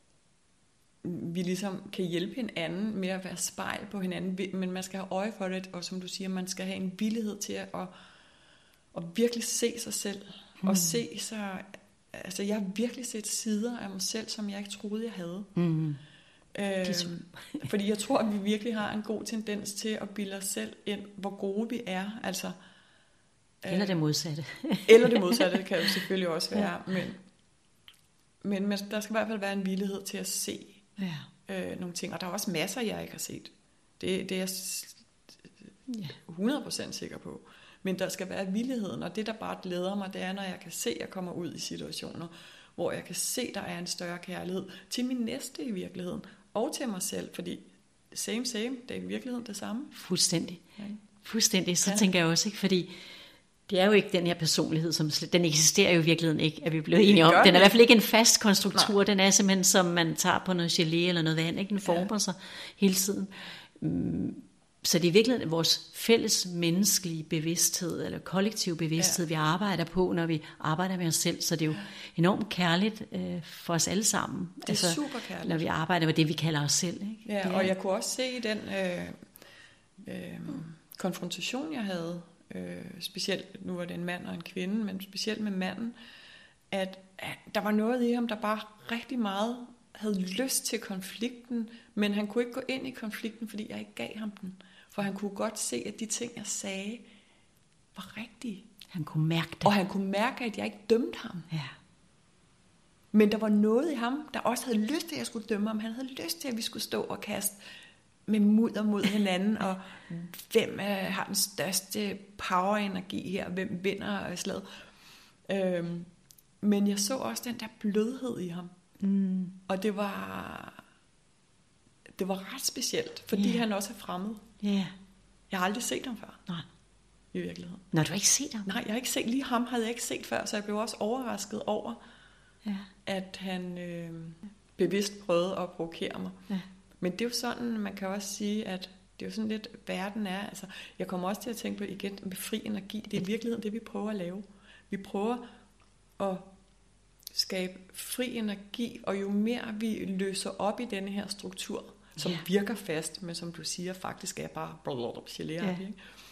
vi ligesom kan hjælpe hinanden med at være spejl på hinanden, men man skal have øje for det, og som du siger, man skal have en villighed til at, at, at virkelig se sig selv, mm. og se sig, altså jeg har virkelig set sider af mig selv, som jeg ikke troede, jeg havde. Mm. Øhm, fordi jeg tror, at vi virkelig har en god tendens til at bilde os selv ind, hvor gode vi er, altså eller det modsatte. Eller det modsatte, det kan jo selvfølgelig også være, ja. men, men der skal i hvert fald være en villighed til at se ja. øh, nogle ting, og der er også masser, jeg ikke har set. Det, det er jeg hundrede procent sikker på. Men der skal være villigheden, og det, der bare glæder mig, det er, når jeg kan se, at jeg kommer ud i situationer, hvor jeg kan se, at der er en større kærlighed til min næste i virkeligheden, og til mig selv, fordi same, same, det er i virkeligheden det samme. Fuldstændig. Ja. Fuldstændig, så ja. Tænker jeg også, ikke, fordi det er jo ikke den her personlighed, som den eksisterer jo i virkeligheden ikke, at vi er blevet enige om. Den er i hvert fald ikke en fast konstruktur, nej. Den er simpelthen, som man tager på noget gelé eller noget vand, ikke? Den former ja. Sig hele tiden. Så det er virkelig vores fælles menneskelige bevidsthed, eller kollektiv bevidsthed, ja. Vi arbejder på, når vi arbejder med os selv. Så det er jo enormt kærligt øh, for os alle sammen. Det er altså, super kærligt. Når vi arbejder med det, vi kalder os selv. Ikke? Ja, det er, og jeg kunne også se i den øh, øh, konfrontation, jeg havde, øh, specielt, nu var det en mand og en kvinde, men specielt med manden, at, at der var noget i ham, der bare rigtig meget havde lyst til konflikten, men han kunne ikke gå ind i konflikten, fordi jeg ikke gav ham den. For han kunne godt se, at de ting, jeg sagde, var rigtige. Han kunne mærke det. Og han kunne mærke, at jeg ikke dømte ham. Ja. Men der var noget i ham, der også havde lyst til, at jeg skulle dømme ham. Han havde lyst til, at vi skulle stå og kaste med mudder mod hinanden, og hvem har den største power-energi her, hvem vinder slaget. Øhm, men jeg så også den der blødhed i ham. Mm. Og det var, det var ret specielt, fordi yeah. han også er fremmed. Yeah. Jeg har aldrig set ham før. Nej. I virkeligheden. Nå, du har ikke set ham? Nej, jeg har ikke set, lige ham havde jeg ikke set før, så jeg blev også overrasket over, ja. At han øh, bevidst prøvede at provokere mig. Ja. Men det er jo sådan, man kan også sige, at det er jo sådan lidt, verden er. Altså, jeg kommer også til at tænke på igen med fri energi. Det er i virkeligheden det, vi prøver at lave. Vi prøver at skabe fri energi, og jo mere vi løser op i denne her struktur, som ja. Virker fast, men som du siger, faktisk er bare blablabla, ja.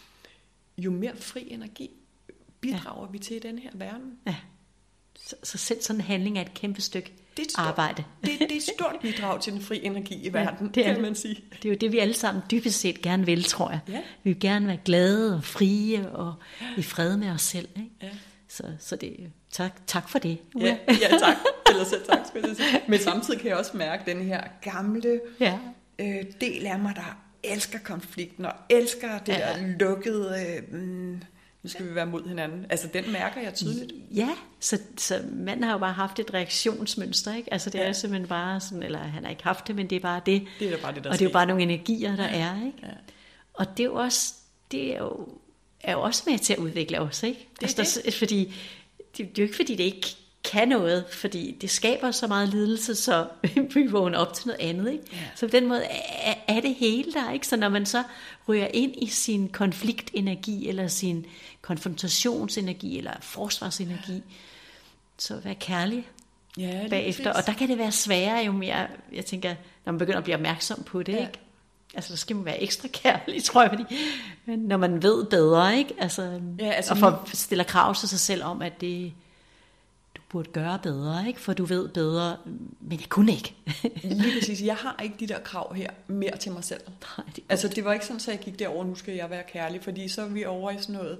Jo mere fri energi bidrager ja. Vi til i denne her verden. Ja. Så, så selv sådan en handling er et kæmpe stykke det er stort, arbejde. Det, det er et stort bidrag til den fri energi i verden, ja, det er, kan man sige. Det er jo det, vi alle sammen dybest set gerne vil, tror jeg. Ja. Vi vil gerne være glade og frie og i fred med os selv. Ikke? Ja. Så, så det, tak, tak for det. Ja, ja, tak. Eller selv tak, skal jeg sige. Men samtidig kan jeg også mærke den her gamle ja. øh, del af mig, der elsker konflikten og elsker det ja. Der lukkede... Øh, mm, nu skal vi være mod hinanden. Altså, den mærker jeg tydeligt. Ja, så, så manden har jo bare haft et reaktionsmønster, ikke? Altså, det ja. Er simpelthen bare sådan, eller han har ikke haft det, men det er bare det. Det er bare det, der og det er jo bare nogle energier, der er, ikke? Ja. Og det er jo også, det er jo, er jo også med til at udvikle os, ikke? Det altså, det. Der, fordi, det, det er jo ikke, fordi det ikke kan noget, fordi det skaber så meget lidelse, så vi vågner op til noget andet, ikke? Ja. Så på den måde er, er det hele der, ikke? Så når man så ryger ind i sin konfliktenergi, eller sin konfrontationsenergi, eller forsvarsenergi, så vær kærlig ja, bagefter. Og der kan det være sværere, jo mere, jeg tænker, når man begynder at blive opmærksom på det, ja. Ikke? Altså, der skal man være ekstra kærlig, tror jeg, fordi når man ved bedre, ikke? Altså, ja, altså og for stiller krav til sig selv om, at det burde gøre bedre, ikke? For du ved bedre, men jeg kunne ikke. Lige præcis. Jeg har ikke de der krav her mere til mig selv. Nej, det altså, det var ikke sådan, at jeg gik derover, nu skal jeg være kærlig, fordi så er vi over i sådan noget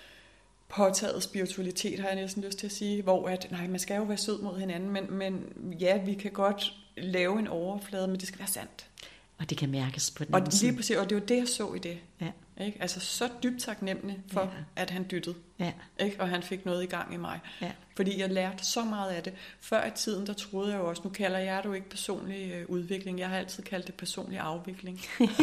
påtaget spiritualitet, har jeg næsten lyst til at sige, hvor at, nej, man skal jo være sød mod hinanden, men, men ja, vi kan godt lave en overflade, men det skal være sandt. Og det kan mærkes på den og lige præcis, og det var det, jeg så i det. Ja. Ikke? Altså så dybt taknemmelig for, ja. At han dyttede. Ja. Ikke? Og han fik noget i gang i mig. Ja. Fordi jeg lærte så meget af det. Før i tiden, der troede jeg jo også, nu kalder jeg det jo ikke personlig øh, udvikling, jeg har altid kaldt det personlig afvikling.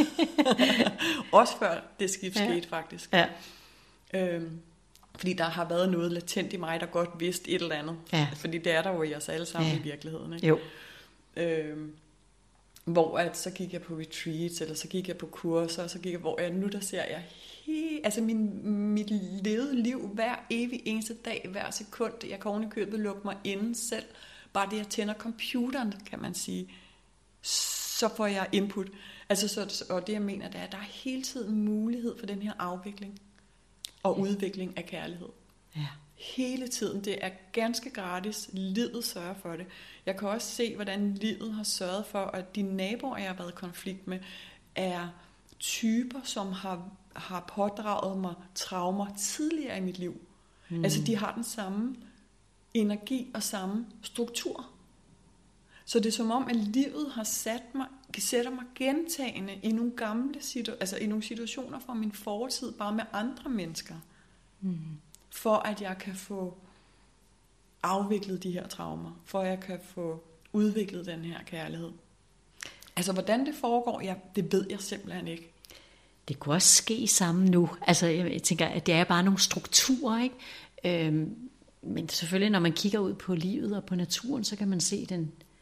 Også før det skift ja. Skete faktisk. Ja. Øhm, fordi der har været noget latent i mig, der godt vidste et eller andet. Ja. Fordi det er der jo i os alle sammen ja. I virkeligheden. Ikke? Jo. Øhm, hvor at så gik jeg på retreats, eller så gik jeg på kurser, og så gik jeg, hvor jeg nu der ser jeg he, altså min, mit levede liv hver evig eneste dag, hver sekund. Jeg kan oven i købet lukke mig inden selv. Bare det, jeg tænder computeren, kan man sige, så får jeg input. Altså, så, og det jeg mener, det er, at der er hele tiden mulighed for den her afvikling og udvikling af kærlighed. Ja. Hele tiden. Det er ganske gratis. Livet sørger for det. Jeg kan også se, hvordan livet har sørget for, at de naboer, jeg har været i konflikt med, er typer, som har, har pådraget mig traumer tidligere i mit liv. Mm. Altså, de har den samme energi og samme struktur. Så det er som om, at livet har sat mig, sætter mig gentagende i nogle gamle situ- altså i nogle situationer fra min fortid, bare med andre mennesker. Mm. For at jeg kan få afviklet de her traumer. For at jeg kan få udviklet den her kærlighed. Altså, hvordan det foregår, ja, det ved jeg simpelthen ikke. Det kunne også ske sammen nu. Altså, jeg tænker, at det er bare nogle strukturer, ikke? Øhm, men selvfølgelig, når man kigger ud på livet og på naturen, så kan man se den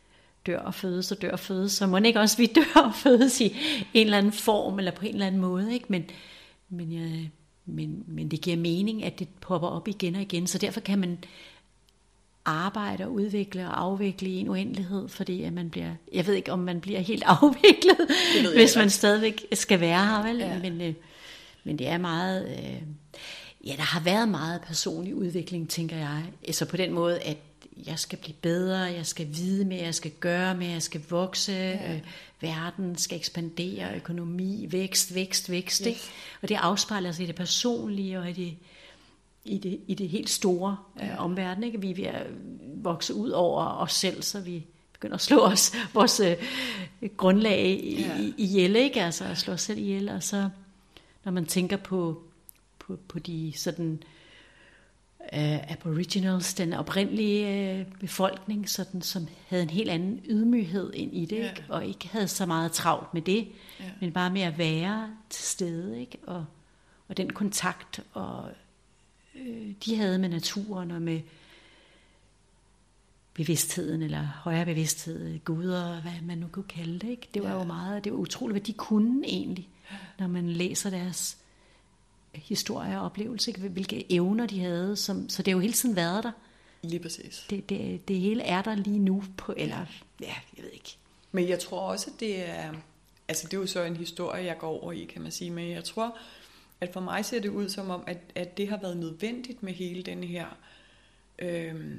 dør og fødes og dør og fødes, så må ikke også vi dør og fødes i en eller anden form, eller på en eller anden måde, ikke? Men, men, jeg, men, men det giver mening, at det popper op igen og igen, så derfor kan man arbejde og udvikle og afvikle i en uendelighed, fordi at man bliver, jeg ved ikke, om man bliver helt afviklet, hvis man stadigvæk skal være her, vel? Ja. Men, øh, men det er meget, øh, ja, der har været meget personlig udvikling, tænker jeg, så på den måde, at jeg skal blive bedre, jeg skal vide mere, jeg skal gøre mere, jeg skal vokse, ja. øh, verden skal ekspandere, økonomi, vækst, vækst, vækst, yes. ikke? Og det afspejler sig i det personlige og i det, i det, i det helt store øh, ja. omverden, ikke? Vi er ved at vokse ud over os selv, så vi begynder at slå os, vores øh, grundlag i, ja. i, ihjel, ikke? Altså at slå os selv ihjel, og så når man tænker på, på, på de sådan Uh, aboriginals, den oprindelige uh, befolkning, sådan, som havde en helt anden ydmyghed ind i det, ja. ikke? Og ikke havde så meget travlt med det, ja. men bare med at være til stede, ikke? Og, og den kontakt, og øh, de havde med naturen og med bevidstheden, eller højere bevidsthed, guder, hvad man nu kunne kalde det, ikke? Det var ja. jo meget, det var utroligt, hvad de kunne egentlig, når man læser deres historie og oplevelse, ikke? Hvilke evner de havde, som, så det har jo hele tiden været der. Lige præcis. Det, det, det hele er der lige nu, på, eller ja. ja, jeg ved ikke. Men jeg tror også, at det er, altså det er jo så en historie, jeg går over i, kan man sige, men jeg tror, at for mig ser det ud som om, at, at det har været nødvendigt med hele den her øhm,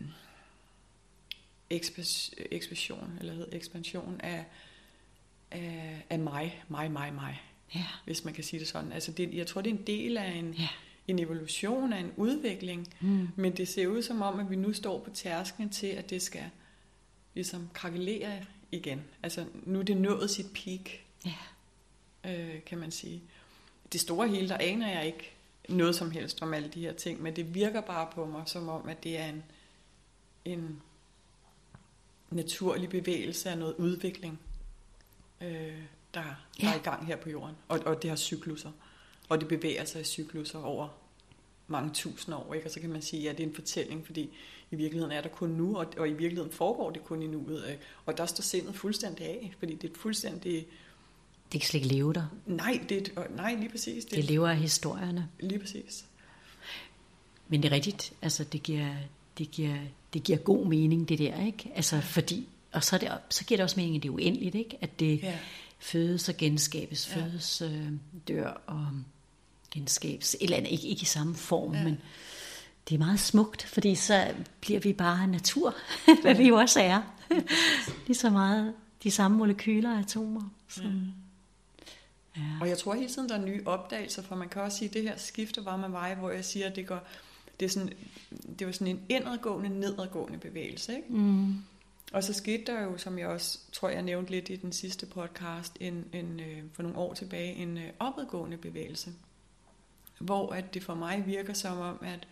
ekspansion, eller ekspansion af, af, af mig, mig, mig, mig. Ja. Hvis man kan sige det sådan. Altså det, jeg tror, det er en del af en, ja. en evolution, af en udvikling, mm. men det ser ud som om, at vi nu står på tærsklen til, at det skal ligesom krakelere igen. Altså nu er det nået sit peak, ja. øh, kan man sige. Det store hele, der aner jeg ikke noget som helst om alle de her ting, men det virker bare på mig, som om, at det er en, en naturlig bevægelse af noget udvikling, øh, der, der ja. er i gang her på jorden. Og, og det har cyklusser. Og det bevæger sig i cyklusser over mange tusind år. Ikke? Og så kan man sige, at ja, det er en fortælling, fordi i virkeligheden er der kun nu, og, og i virkeligheden foregår det kun i nuet. Ikke? Og der står sindet fuldstændig af, fordi det er fuldstændig... Det kan slet ikke leve der. Nej, det er, nej lige præcis. Det, det lever af historierne. Lige præcis. Men det er rigtigt. Altså, det giver, det giver, det giver god mening, det der, ikke? Altså, fordi... Og så, er det, så giver det også mening, at det er uendeligt, ikke? At det... Ja. Fødes og genskabes, ja. fødes, øh, dør og genskabes, et eller andet, ikke, ikke i samme form, ja. men det er meget smukt, fordi så bliver vi bare natur, hvad vi jo også er. Lige så meget de samme molekyler og atomer. Som, ja. Ja. Og jeg tror hele tiden, der er nye opdagelser, for man kan også sige, at det her skifte var med vej, hvor jeg siger, at det, går, det, er sådan, det var sådan en indadgående, nedadgående bevægelse, ikke? Mm. Og så skete der jo, som jeg også tror, jeg nævnte lidt i den sidste podcast, en, en, øh, for nogle år tilbage, en øh, opadgående bevægelse. Hvor at det for mig virker som om, at,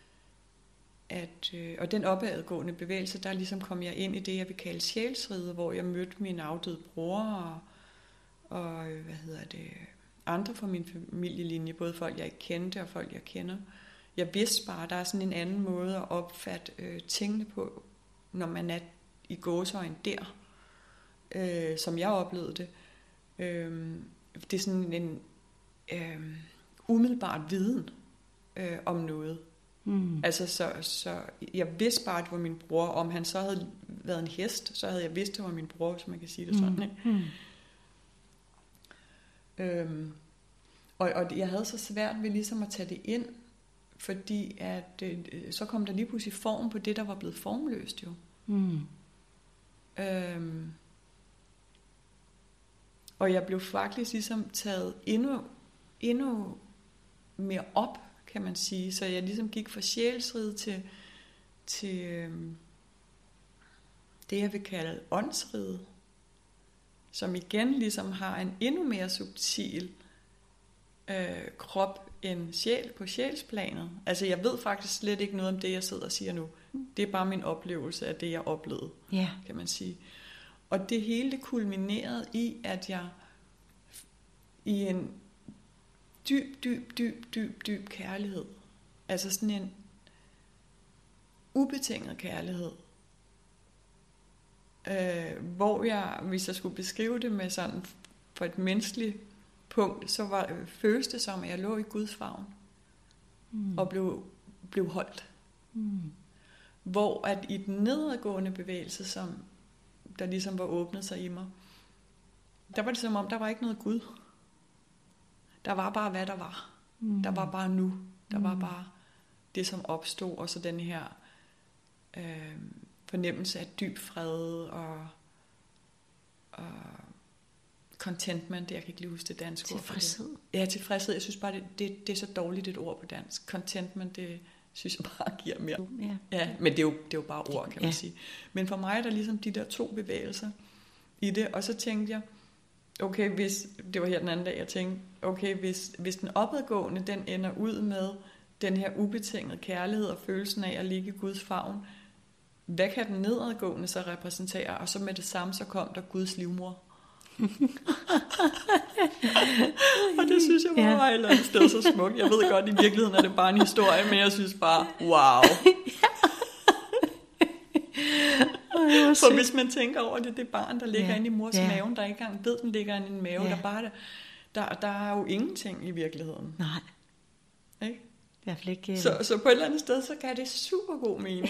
at øh, og den opadgående bevægelse, der ligesom kom jeg ind i det, jeg vil kalde sjælsriget, hvor jeg mødte min afdøde bror og, og hvad hedder det, andre fra min familielinje, både folk, jeg ikke kendte og folk, jeg kender. Jeg vidste bare, at der er sådan en anden måde at opfatte øh, tingene på, når man er i gåseøjne der, øh, som jeg oplevede det. Øh, det er sådan en øh, umiddelbart viden øh, om noget. Mm. Altså, så, så jeg vidste bare, at det var min bror. Om han så havde været en hest, så havde jeg vidst, at det var min bror, hvis man kan sige det sådan. Mm. Ikke? Mm. Øh, og, og jeg havde så svært ved ligesom at tage det ind, fordi at, øh, så kom der lige pludselig form på det, der var blevet formløst jo. Mm. Øhm, og jeg blev faktisk ligesom taget endnu, endnu mere op, kan man sige. Så jeg ligesom gik fra sjælsriget til, til øhm, det, jeg vil kalde åndsriget, som igen ligesom har en endnu mere subtil øh, krop end sjæl på sjælsplanet. Altså jeg ved faktisk slet ikke noget om det, jeg sidder og siger nu. Det er bare min oplevelse af det, jeg oplevede, yeah. kan man sige. Og det hele det kulminerede i, at jeg i en dyb, dyb, dyb, dyb, dyb kærlighed, altså sådan en ubetinget kærlighed, Øh, hvor jeg, hvis jeg skulle beskrive det med sådan, for et menneskeligt punkt, så var, føles det som, at jeg lå i Guds favn, mm. og blev, blev holdt. Mm. Hvor at i den nedadgående bevægelse, som der ligesom var åbnet sig i mig, der var det som om, der var ikke noget Gud. Der var bare, hvad der var. Mm. Der var bare nu. Der mm. var bare det, som opstod, og så den her øh, fornemmelse af dyb fred og, og contentment. Jeg kan ikke lige huske det danske ord. Tilfredshed. Ja, tilfredshed. Jeg synes bare, det, det, det er så dårligt et ord på dansk. Contentment, det synes jeg bare giver mere. Ja, ja, men det er, jo, det er jo bare ord, kan man ja. sige. Men for mig er der ligesom de der to bevægelser i det, og så tænkte jeg, okay, hvis, det var her den anden dag, jeg tænkte, okay, hvis, hvis den opadgående, den ender ud med den her ubetingede kærlighed og følelsen af at ligge i Guds favn, hvad kan den nedadgående så repræsentere? Og så med det samme, så kom der Guds livmor. Og det synes jeg bare var et eller andet sted så smukt. Jeg ved godt, i virkeligheden er det bare en historie, men jeg synes bare, wow. For hvis man tænker over det, det barn, der ligger ja. inde i mors ja. maven, der ikke engang ved, den ligger inde i en mave, ja. der, bare, der, der er jo ingenting i virkeligheden. Nej. Ikke? I hvert fald ikke. Så, så på et eller andet sted, så kan det super god mening.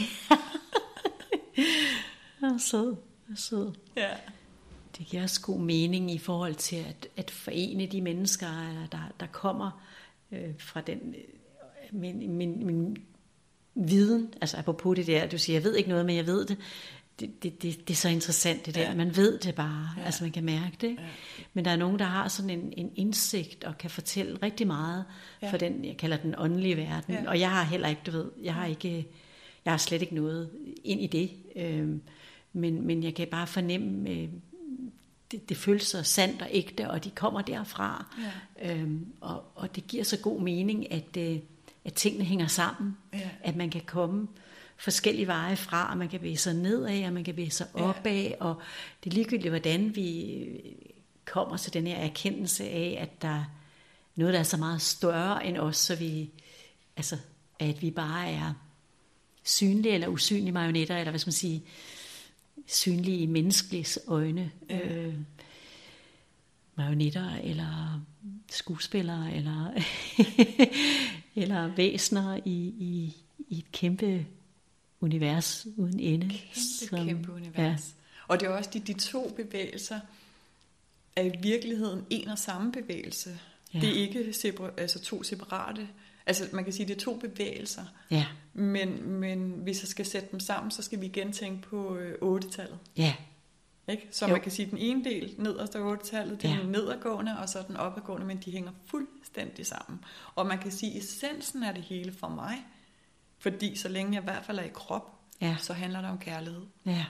Jeg er sød. Jeg er sød. Ja. Det giver også god mening i forhold til at, at forene de mennesker, der, der kommer øh, fra den øh, min, min, min viden, altså apropos det der, du siger, jeg ved ikke noget, men jeg ved det. Det, det, det, det er så interessant, det der. Ja. Man ved det bare, ja. altså man kan mærke det. Ja. Men der er nogen, der har sådan en, en indsigt og kan fortælle rigtig meget ja. for den, jeg kalder den åndelige verden. Ja. Og jeg har heller ikke, du ved, jeg har ikke, jeg har slet ikke noget ind i det. Øhm, men, men jeg kan bare fornemme, øh, det, det føles så sandt og ægte, og de kommer derfra. Ja. Øhm, og, og det giver så god mening, at, øh, at tingene hænger sammen. Ja. At man kan komme forskellige veje fra, og man kan bevæge sig nedad, og man kan bevæge sig opad, ja. og det er ligegyldigt, hvordan vi kommer til den her erkendelse af, at der er noget, der er så meget større end os, så vi, altså, at vi bare er synlige eller usynlige marionetter, eller hvad skal man sige, synlige i menneskelige øjne, ja. øh, marionetter, eller skuespillere, eller, eller væsener i, i, i et kæmpe univers uden ende. Kæmpe, som, kæmpe univers. Ja. Og det er også de, de to bevægelser, er i virkeligheden en og samme bevægelse. Ja. Det er ikke separ- altså to separate. Altså man kan sige, det er to bevægelser. Ja. Men, men hvis jeg skal sætte dem sammen, så skal vi igen tænke på øh, otte-tallet. Ja. Ikke? Så jo. Man kan sige, den ene del nederst af otte-tallet, det er ja. nedadgående, og så den opadgående, men de hænger fuldstændig sammen. Og man kan sige, essensen af det hele for mig, fordi så længe jeg i hvert fald er i krop, ja. så handler det om kærlighed. Ja.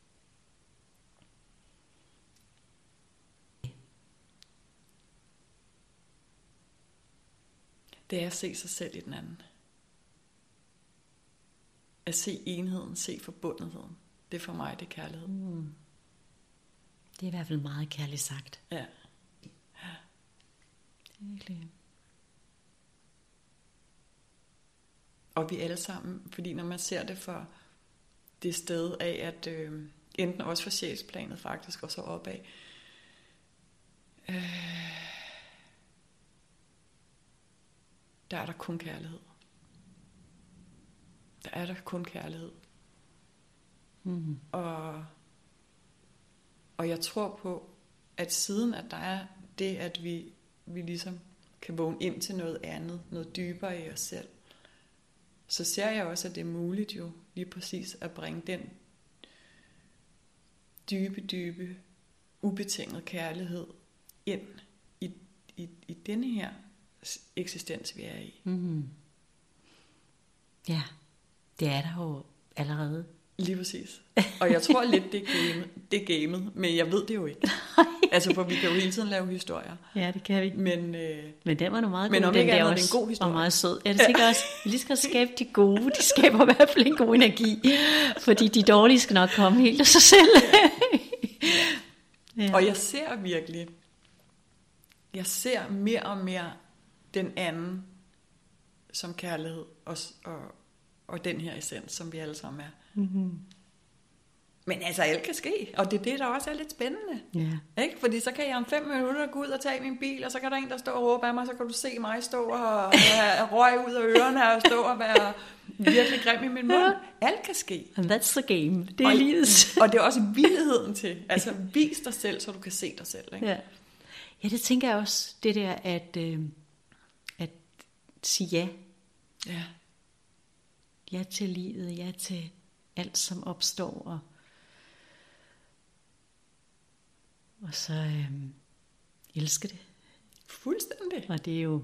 Det er at se sig selv i den anden. At se enheden, se forbundetheden. Det er for mig, det er kærlighed. Mm. Det er i hvert fald meget kærligt sagt. Ja. Ja. Virkelig. Og vi alle sammen, fordi når man ser det for det sted af, at øh, enten også for sjælsplanet faktisk, og så opad, øh, der er der kun kærlighed. Der er der kun kærlighed. Mm. Og, og jeg tror på, at siden at der er det, at vi, vi ligesom kan vågne ind til noget andet, noget dybere i os selv, så ser jeg også, at det er muligt jo lige præcis at bringe den dybe, dybe, ubetinget kærlighed ind i, i, i denne her eksistens, vi er i. Mm-hmm. Ja, det er der jo allerede. Lige præcis. Og jeg tror lidt, det er gamet, det er gamet, men jeg ved det jo ikke. Altså, for vi kan jo hele tiden lave historier. Ja, det kan vi. Men, øh, men den var nu meget men god. Men om ikke andet, er en god historie. Og meget sød. Ja, det tænker jeg også. Vi lige skal skabe de gode. De skaber i hvert fald en god energi. Fordi de dårlige skal nok komme helt af sig selv. Ja. Og jeg ser virkelig, jeg ser mere og mere den anden som kærlighed og, og, og den her essens, som vi alle sammen er. Mm-hmm. Men altså, alt kan ske, og det er det, der også er lidt spændende. Ja. Ikke? Fordi så kan jeg om fem minutter gå ud og tage min bil, og så kan der en, der står og råber af mig, så kan du se mig stå og have røg ud af ørerne, og stå og være virkelig grim i min mund. Alt kan ske. And that's the game. Det er og, livets. Og det er også villigheden til. Altså, vis dig selv, så du kan se dig selv. Ikke? Ja. Ja, det tænker jeg også, det der, at, øh, at sige ja. Ja. Ja til livet, ja til alt, som opstår, og, og så øh, elske det. Fuldstændig. Og det er jo,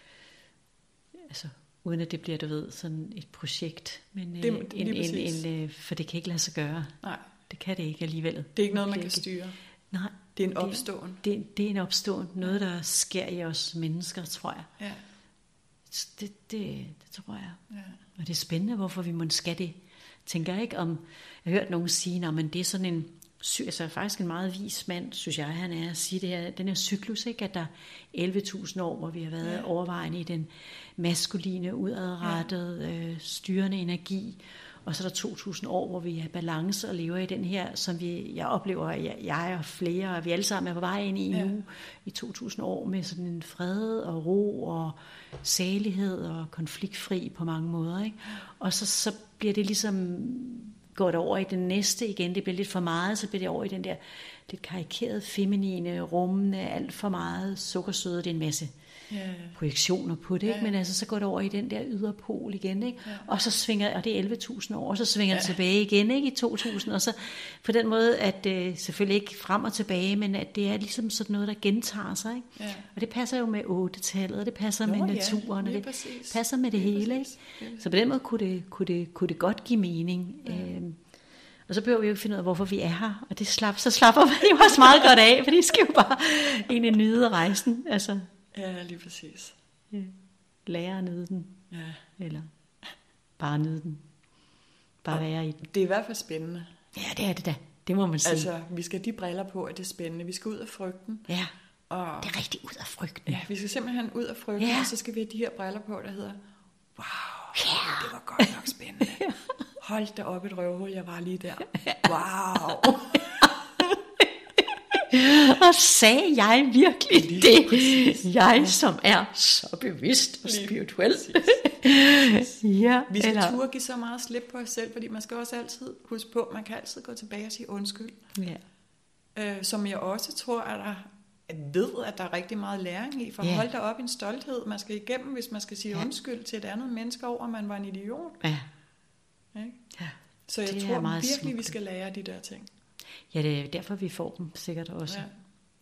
altså, uden at det bliver, du ved, sådan et projekt, men øh, det, en, en, en, øh, for det kan ikke lade sig gøre. Nej. Det kan det ikke alligevel. Det er ikke noget, man kan styre. Nej. Det er en opståen. Det, det, det er en opståen. Noget, der sker i os mennesker, tror jeg. Ja. Det, det, det tror jeg. Ja. Og det er spændende, hvorfor vi må skal det. Tænker jeg ikke om, jeg har hørt nogen sige, men det er sådan en, altså faktisk en meget vis mand, synes jeg, han er at sige det her, den her cyklus, ikke? At der er elleve tusind år, hvor vi har været ja. overvejende i den maskuline, udadrettede, ja. øh, styrende energi, og så er der to tusind år, hvor vi har balance og lever i den her, som vi, jeg oplever, jeg, jeg og flere, og vi alle sammen er på vej ind i ja. nu, i to tusind år, med sådan en fred og ro og salighed og konfliktfri på mange måder. Ikke? Og så, så bliver det ligesom, går det over i den næste igen, det bliver lidt for meget, så bliver det over i den der lidt karikerede, feminine, rummende, alt for meget sukkersøde, det er en masse yeah. projektioner på det, yeah. men altså så går det over i den der yderpol igen, ikke? Yeah. Og så svinger, og det er elleve tusind år, og så svinger yeah. det tilbage igen, ikke? I to tusind, og så på den måde, at øh, selvfølgelig ikke frem og tilbage, men at det er ligesom sådan noget, der gentager sig, ikke? Yeah. Og det passer jo med otte-tallet, og det passer Nå, med naturen, ja, og det præcis. passer med det lige hele, præcis. Ikke? Så på den måde kunne det, kunne det, kunne det godt give mening. Yeah. Øhm, Og så behøver vi jo ikke finde ud af, hvorfor vi er her. Og det slap, så slapper man jo også meget godt af, for de skal jo bare egentlig nyde rejsen. Altså, ja, lige præcis. Ja, lære at nyde den. Ja. Eller bare nyde den. Bare og være i den. Det er i hvert fald spændende. Ja, det er det da. Det må man sige. Altså, vi skal have de briller på, at det er spændende. Vi skal ud af frygten. Ja, og det er rigtig ud af frygten. Ja, vi skal simpelthen ud af frygten, ja. og så skal vi have de her briller på, der hedder, wow, yeah. det var godt nok spændende. Hold da op et røvhul, jeg var lige der. Wow. Og sagde jeg virkelig lige det? Præcis. Jeg, som er så bevidst og spirituel. Ja, vi skal eller... turde give så meget slip på os selv, fordi man skal også altid huske på, man kan altid gå tilbage og sige undskyld. Ja. Øh, som jeg også tror, at der ved, at der er rigtig meget læring i. For ja. hold da op en stolthed, man skal igennem, hvis man skal sige ja. undskyld til et andet menneske over, at man var en idiot. Ja. Ja. Så jeg det tror virkelig, smukt. vi skal lære de der ting. Ja, det er derfor, vi får dem sikkert også. Ja,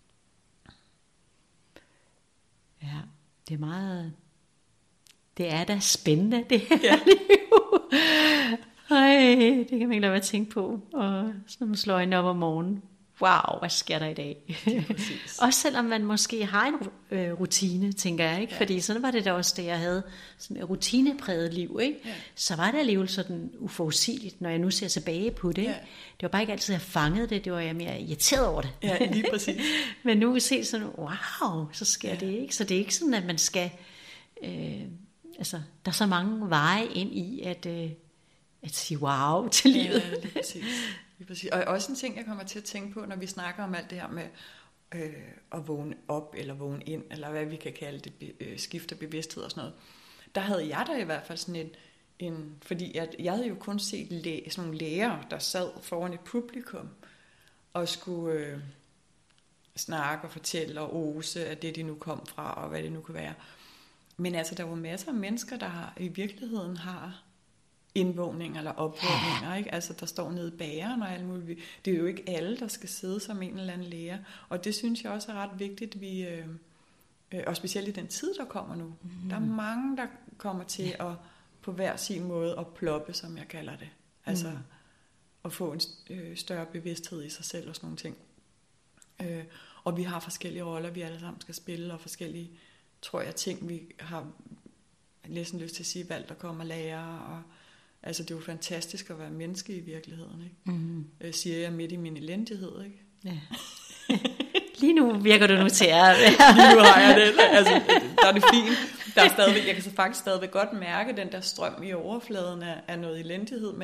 ja det er meget... Det er da spændende, det her ja. liv. Ej, det kan man ikke lade være at tænke på. Og så når man slår øjnene op om morgenen. Wow, hvad sker der i dag? Også selvom man måske har en øh, rutine, tænker jeg, ikke? Ja. Fordi sådan var det da også, da jeg havde sådan et rutinepræget liv, ikke? Ja. Så var det alligevel sådan uforudsigeligt, når jeg nu ser tilbage på det. Ja. Det var bare ikke altid, jeg fangede det, det var jeg mere irriteret over det. Ja, lige præcis. Men nu vi ser sådan, wow, så sker ja. det, ikke? Så det er ikke sådan, at man skal... Øh, altså, der er så mange veje ind i, at, øh, at sige wow til livet. Ja, lige præcis. Og også en ting, jeg kommer til at tænke på, når vi snakker om alt det her med øh, at vågne op, eller vågne ind, eller hvad vi kan kalde det, øh, skifte bevidsthed og sådan noget. Der havde jeg da i hvert fald sådan en, en fordi jeg, jeg havde jo kun set læ, sådan nogle læger, der sad foran et publikum, og skulle øh, snakke og fortælle og ose af det, de nu kom fra, og hvad det nu kan være. Men altså, der var masser af mennesker, der har, i virkeligheden har... indvågninger eller opvågninger, ikke? Altså der står nede i bageren og alt muligt. Det er jo ikke alle, der skal sidde som en eller anden lærer, og det synes jeg også er ret vigtigt, vi, øh, og specielt i den tid, der kommer nu. Mm. Der er mange, der kommer til ja. at på hver sin måde at ploppe, som jeg kalder det. Altså mm. at få en øh, større bevidsthed i sig selv og sådan nogle ting. Øh, og vi har forskellige roller, vi alle sammen skal spille, og forskellige, tror jeg, ting, vi har næsten lyst til at sige, valgt at komme og lære, og altså, det er jo fantastisk at være menneske i virkeligheden, ikke? Mm-hmm. Jeg siger jeg midt i min elendighed, ikke? Ja. Lige nu virker du nu til at være. Lige nu har jeg det. Altså, der er det fint. Der er stadigvæk, jeg kan så faktisk stadigvæk godt mærke den der strøm i overfladen af, af noget elendighed, men,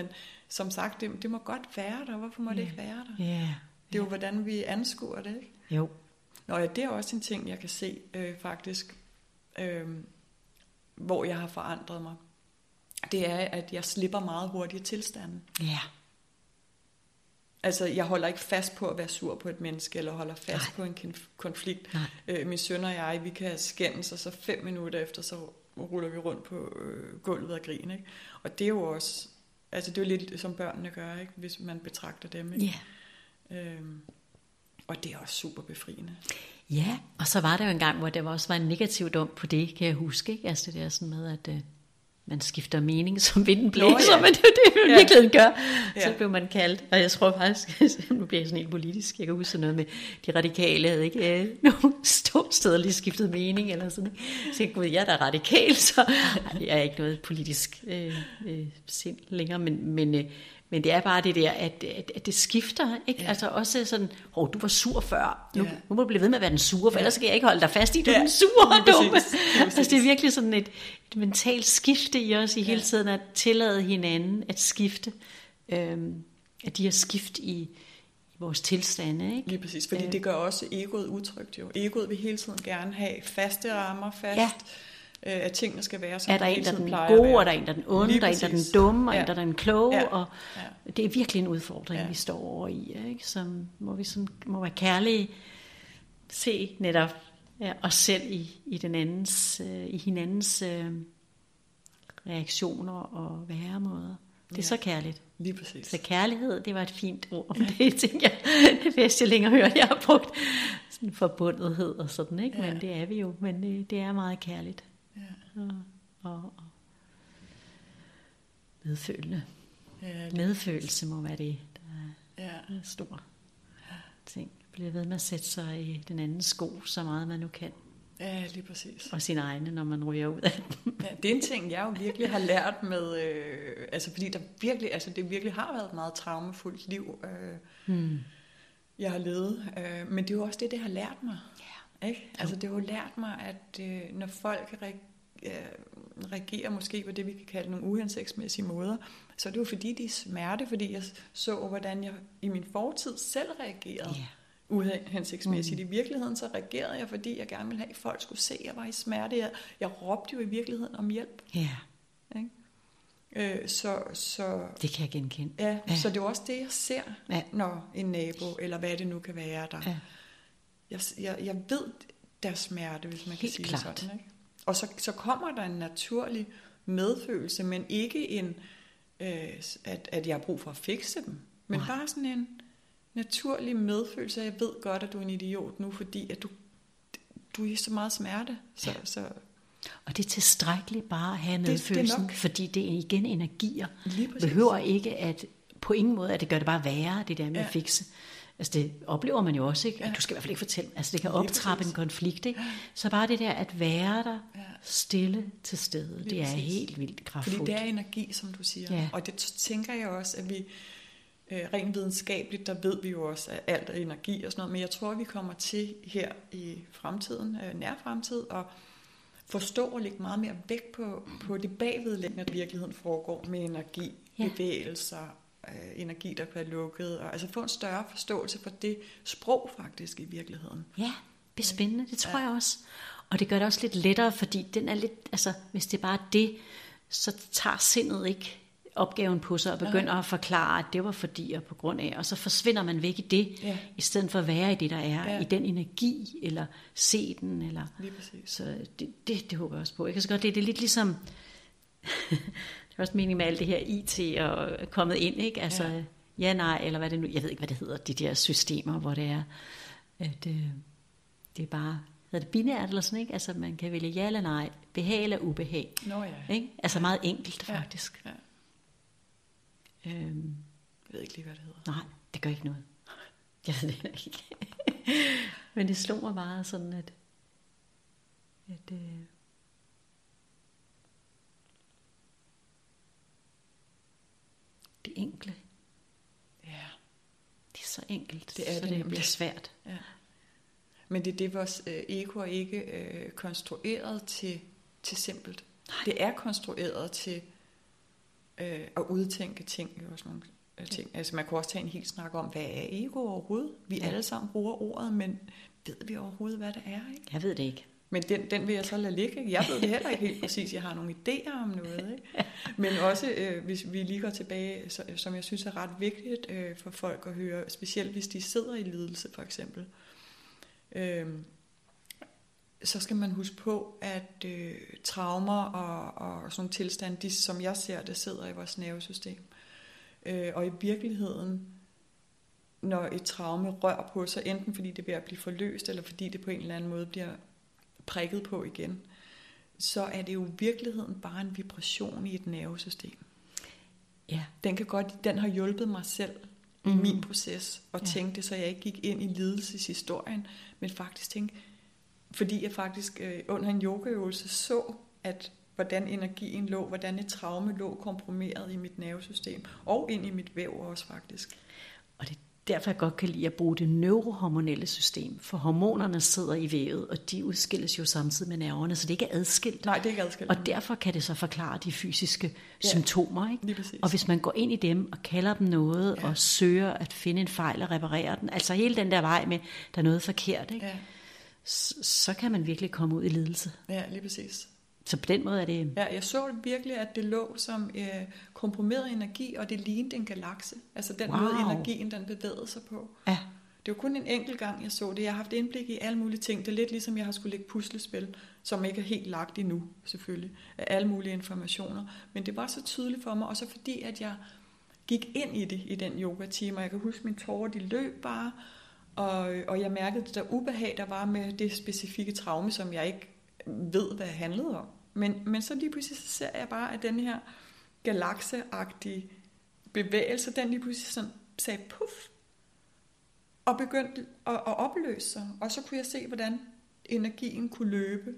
som sagt, det, det må godt være der. Hvorfor må Ja. det ikke være der? Ja. Det er jo, hvordan vi anskuer det, ikke? Jo. Nå ja, det er også en ting, jeg kan se øh, faktisk, øh, hvor jeg har forandret mig. Det er, at jeg slipper meget hurtigt tilstanden. Ja. Altså, jeg holder ikke fast på at være sur på et menneske, eller holder fast Nej. på en konf- konflikt. Nej. Øh, min søn og jeg, vi kan skændes, og så fem minutter efter, så ruller vi rundt på øh, gulvet og griner, ikke? Og det er jo også, altså det er jo lidt som børnene gør, ikke? Hvis man betragter dem, ikke? Ja. Øhm, og det er også super befriende. Ja, og så var der jo en gang, hvor der også var en negativ dom på det, kan jeg huske, ikke? Altså det der sådan med, at øh, man skifter mening, som vinden blæser, Nå, ja. men det er jo det, man Ja. virkelig gør. Så Ja. blev man kaldt, og jeg tror faktisk, nu bliver jeg sådan helt politisk, jeg kan huske sådan noget med, de radikale havde ikke øh, nogen ståsteder lige skiftet mening, eller sådan noget. Så jeg tænkte, jeg er da radikal, så ej, jeg er ikke noget politisk øh, øh, sind længere, men, men øh, Men det er bare det der, at, at, at det skifter, ikke? Ja. Altså også sådan, åh, du var sur før, nu, ja. nu må du blive ved med at være den sure, for ja. ellers kan jeg ikke holde dig fast i, du er ja. den sure og dumme. Altså det er virkelig sådan et, et mentalt skifte i os i hele tiden, at tillade hinanden at skifte, øhm, at de har skift i, i vores tilstande, ikke? Lige præcis, fordi øh. det gør også egoet utrygt jo. Egoet vil hele tiden gerne have faste rammer, fast... Ja. At tingene skal være, som er der en, der er den gode, og der er en, der er den onde, der er en, der er den dumme, og ja. en, der er den kloge, ja. og ja. det er virkelig en udfordring, ja. vi står over i, ikke? Som må vi sådan, må være kærlige, se netop ja, os selv i, i, den andens, uh, i hinandens uh, reaktioner og væremåder. Det er ja. så kærligt. Lige præcis. Så kærlighed, det var et fint ord, ja. det tænker jeg, det bedste jeg længere hørt, jeg har brugt. Sådan forbundethed og sådan, ikke? Ja. Men det er vi jo, men det, det er meget kærligt. Ja. Og, og, og medfølende. Ja, medfølelse må være det, der er ja. en stor ting. Bliver ved med at sætte sig i den anden sko, så meget man nu kan. Ja, lige præcis. Og sin egne, når man ryger ud af dem. Ja, det er en ting, jeg jo virkelig har lært med, øh, altså fordi der virkelig, altså det virkelig har været et meget traumefuldt liv, øh, hmm. jeg har levet. Øh, men det er jo også det, det har lært mig. Ja. Ikke? Altså det har jo lært mig, at øh, når folk reagerer måske på det, vi kan kalde nogle uhensigtsmæssige måder, så er det jo fordi, de er smerte, fordi jeg så, hvordan jeg i min fortid selv reagerede yeah. uhensigtsmæssigt. Mm. I virkeligheden så reagerede jeg, fordi jeg gerne ville have, at folk skulle se, at jeg var i smerte. Jeg, jeg råbte jo i virkeligheden om hjælp. Ja. Yeah. Øh, så, så, det kan jeg genkende. Ja, ja. Så det er også det, jeg ser, ja. når en nabo, eller hvad det nu kan være, der... Ja. Jeg, jeg, jeg ved deres smerte, hvis man Helt kan sige klart. det sådan, ikke? Og så, så kommer der en naturlig medfølelse, men ikke en, øh, at, at jeg har brug for at fikse dem. Men Nej. bare sådan en naturlig medfølelse, jeg ved godt, at du er en idiot nu, fordi at du, du er i så meget smerte. Så, ja. så, og det er tilstrækkeligt bare at have medfølelsen, det, det fordi det er igen energier. Lige behøver ikke at, på ingen måde, at det gør det bare værre, det der med ja. at fikse. Altså det oplever man jo også, ikke? Ja. Du skal i hvert fald ikke fortælle. Altså det kan optrappe en konflikt, ikke? Så bare det der at være der, ja. stille til stede, Lige det er præcis. helt vildt kraftfuldt. Fordi det er energi, som du siger. Ja. Og det tænker jeg også, at vi øh, rent videnskabeligt, der ved vi jo også, at alt er energi og sådan noget. Men jeg tror, at vi kommer til her i fremtiden, øh, nær fremtid, at forstå og lægge meget mere vægt på, på det bagvedliggende, at virkeligheden foregår med energi, ja. bevægelser, energi, der bliver lukket, og altså få en større forståelse for det sprog faktisk i virkeligheden. Ja, det er spændende, det tror ja. jeg også. Og det gør det også lidt lettere, fordi den er lidt, altså hvis det er bare det, så tager sindet ikke opgaven på sig og begynder ja. at forklare, at det var fordi og på grund af, og så forsvinder man væk i det, ja. i stedet for at være i det, der er, ja. i den energi, eller se den, eller... Lige præcis. Så det, det, det håber jeg også på. Jeg kan så godt lide, det er lidt ligesom... Det er også meningen med alt det her I T og kommet ind, ikke? Altså, ja. ja, nej, eller hvad det nu... Jeg ved ikke, hvad det hedder, de der systemer, hvor det er, at øh, det er bare... Hedder det binært eller sådan, ikke? Altså, man kan vælge ja eller nej, behag eller ubehag. Nå ja. Ikke? Altså meget enkelt, faktisk. Ja. Ja. Øhm, jeg ved ikke lige, hvad det hedder. Nej, det gør ikke noget. Jeg ved det ikke. Men det slog mig meget sådan, at... at øh, det enkle. Ja. Det er så enkelt, det er så det, det nemlig. bliver svært. Ja. Men det er det, vores øh, ego er ikke øh, konstrueret til, til simpelt. Nej. Det er konstrueret til øh, at udtænke ting, jo også nogle ting. Altså man kunne også tage en helt snak om, hvad er ego overhovedet? Vi ja. alle sammen bruger ordet, men ved vi overhovedet, hvad det er? Ikke? Jeg ved det ikke. Men den, den vil jeg så lade ligge. Ikke? Jeg ved det heller ikke helt præcis. Jeg har nogle idéer om noget. Ikke? Men også, øh, hvis vi lige går tilbage, så, som jeg synes er ret vigtigt øh, for folk at høre, specielt hvis de sidder i lidelse for eksempel, øh, så skal man huske på, at øh, traumer og, og sådan nogle tilstande, de, som jeg ser det, sidder i vores nervesystem. Øh, og i virkeligheden, når et traume rører på sig, enten fordi det er ved at blive forløst, eller fordi det på en eller anden måde bliver prikket på igen, så er det jo i virkeligheden bare en vibration i et nervesystem. Ja. Den kan godt, den har hjulpet mig selv mm. i min proces, og ja. tænkte, så jeg ikke gik ind i lidelseshistorien, men faktisk tænkte, fordi jeg faktisk øh, under en yogaøvelse så, at hvordan energien lå, hvordan et traume lå komprimeret i mit nervesystem, og ind i mit væv også faktisk. Og det er derfor, jeg godt kan lide at bruge det neurohormonelle system, for hormonerne sidder i vævet, og de udskilles jo samtidig med nerverne, så det ikke er adskilt. Nej, det er ikke adskilt. Og derfor kan det så forklare de fysiske ja, symptomer. Ikke? Lige præcis. Og hvis man går ind i dem og kalder dem noget, ja. og søger at finde en fejl og reparere den, altså hele den der vej med, der er noget forkert, ikke? Ja. Så, så kan man virkelig komme ud i lidelse. Ja, lige præcis. Så på den måde er det... Ja, jeg så virkelig, at det lå som øh, komprimeret energi, og det lignede en galakse. Altså den wow. måde energien, den bevægede sig på. Ja. Det var kun en enkelt gang, jeg så det. Jeg har haft indblik i alle mulige ting. Det er lidt ligesom, jeg har skulle lægge puslespil, som ikke er helt lagt endnu, selvfølgelig, af alle mulige informationer. Men det var så tydeligt for mig, også fordi, at jeg gik ind i det i den yoga-time, og jeg kan huske, mine tårer, de løb bare, og, og jeg mærkede det der ubehag, der var med det specifikke traume, som jeg ikke ved, hvad det handlede om. Men, men så lige pludselig så ser jeg bare, at den her galakseagtige bevægelse, den lige pludselig sådan sagde puff, og begyndte at, at opløse sig. Og så kunne jeg se, hvordan energien kunne løbe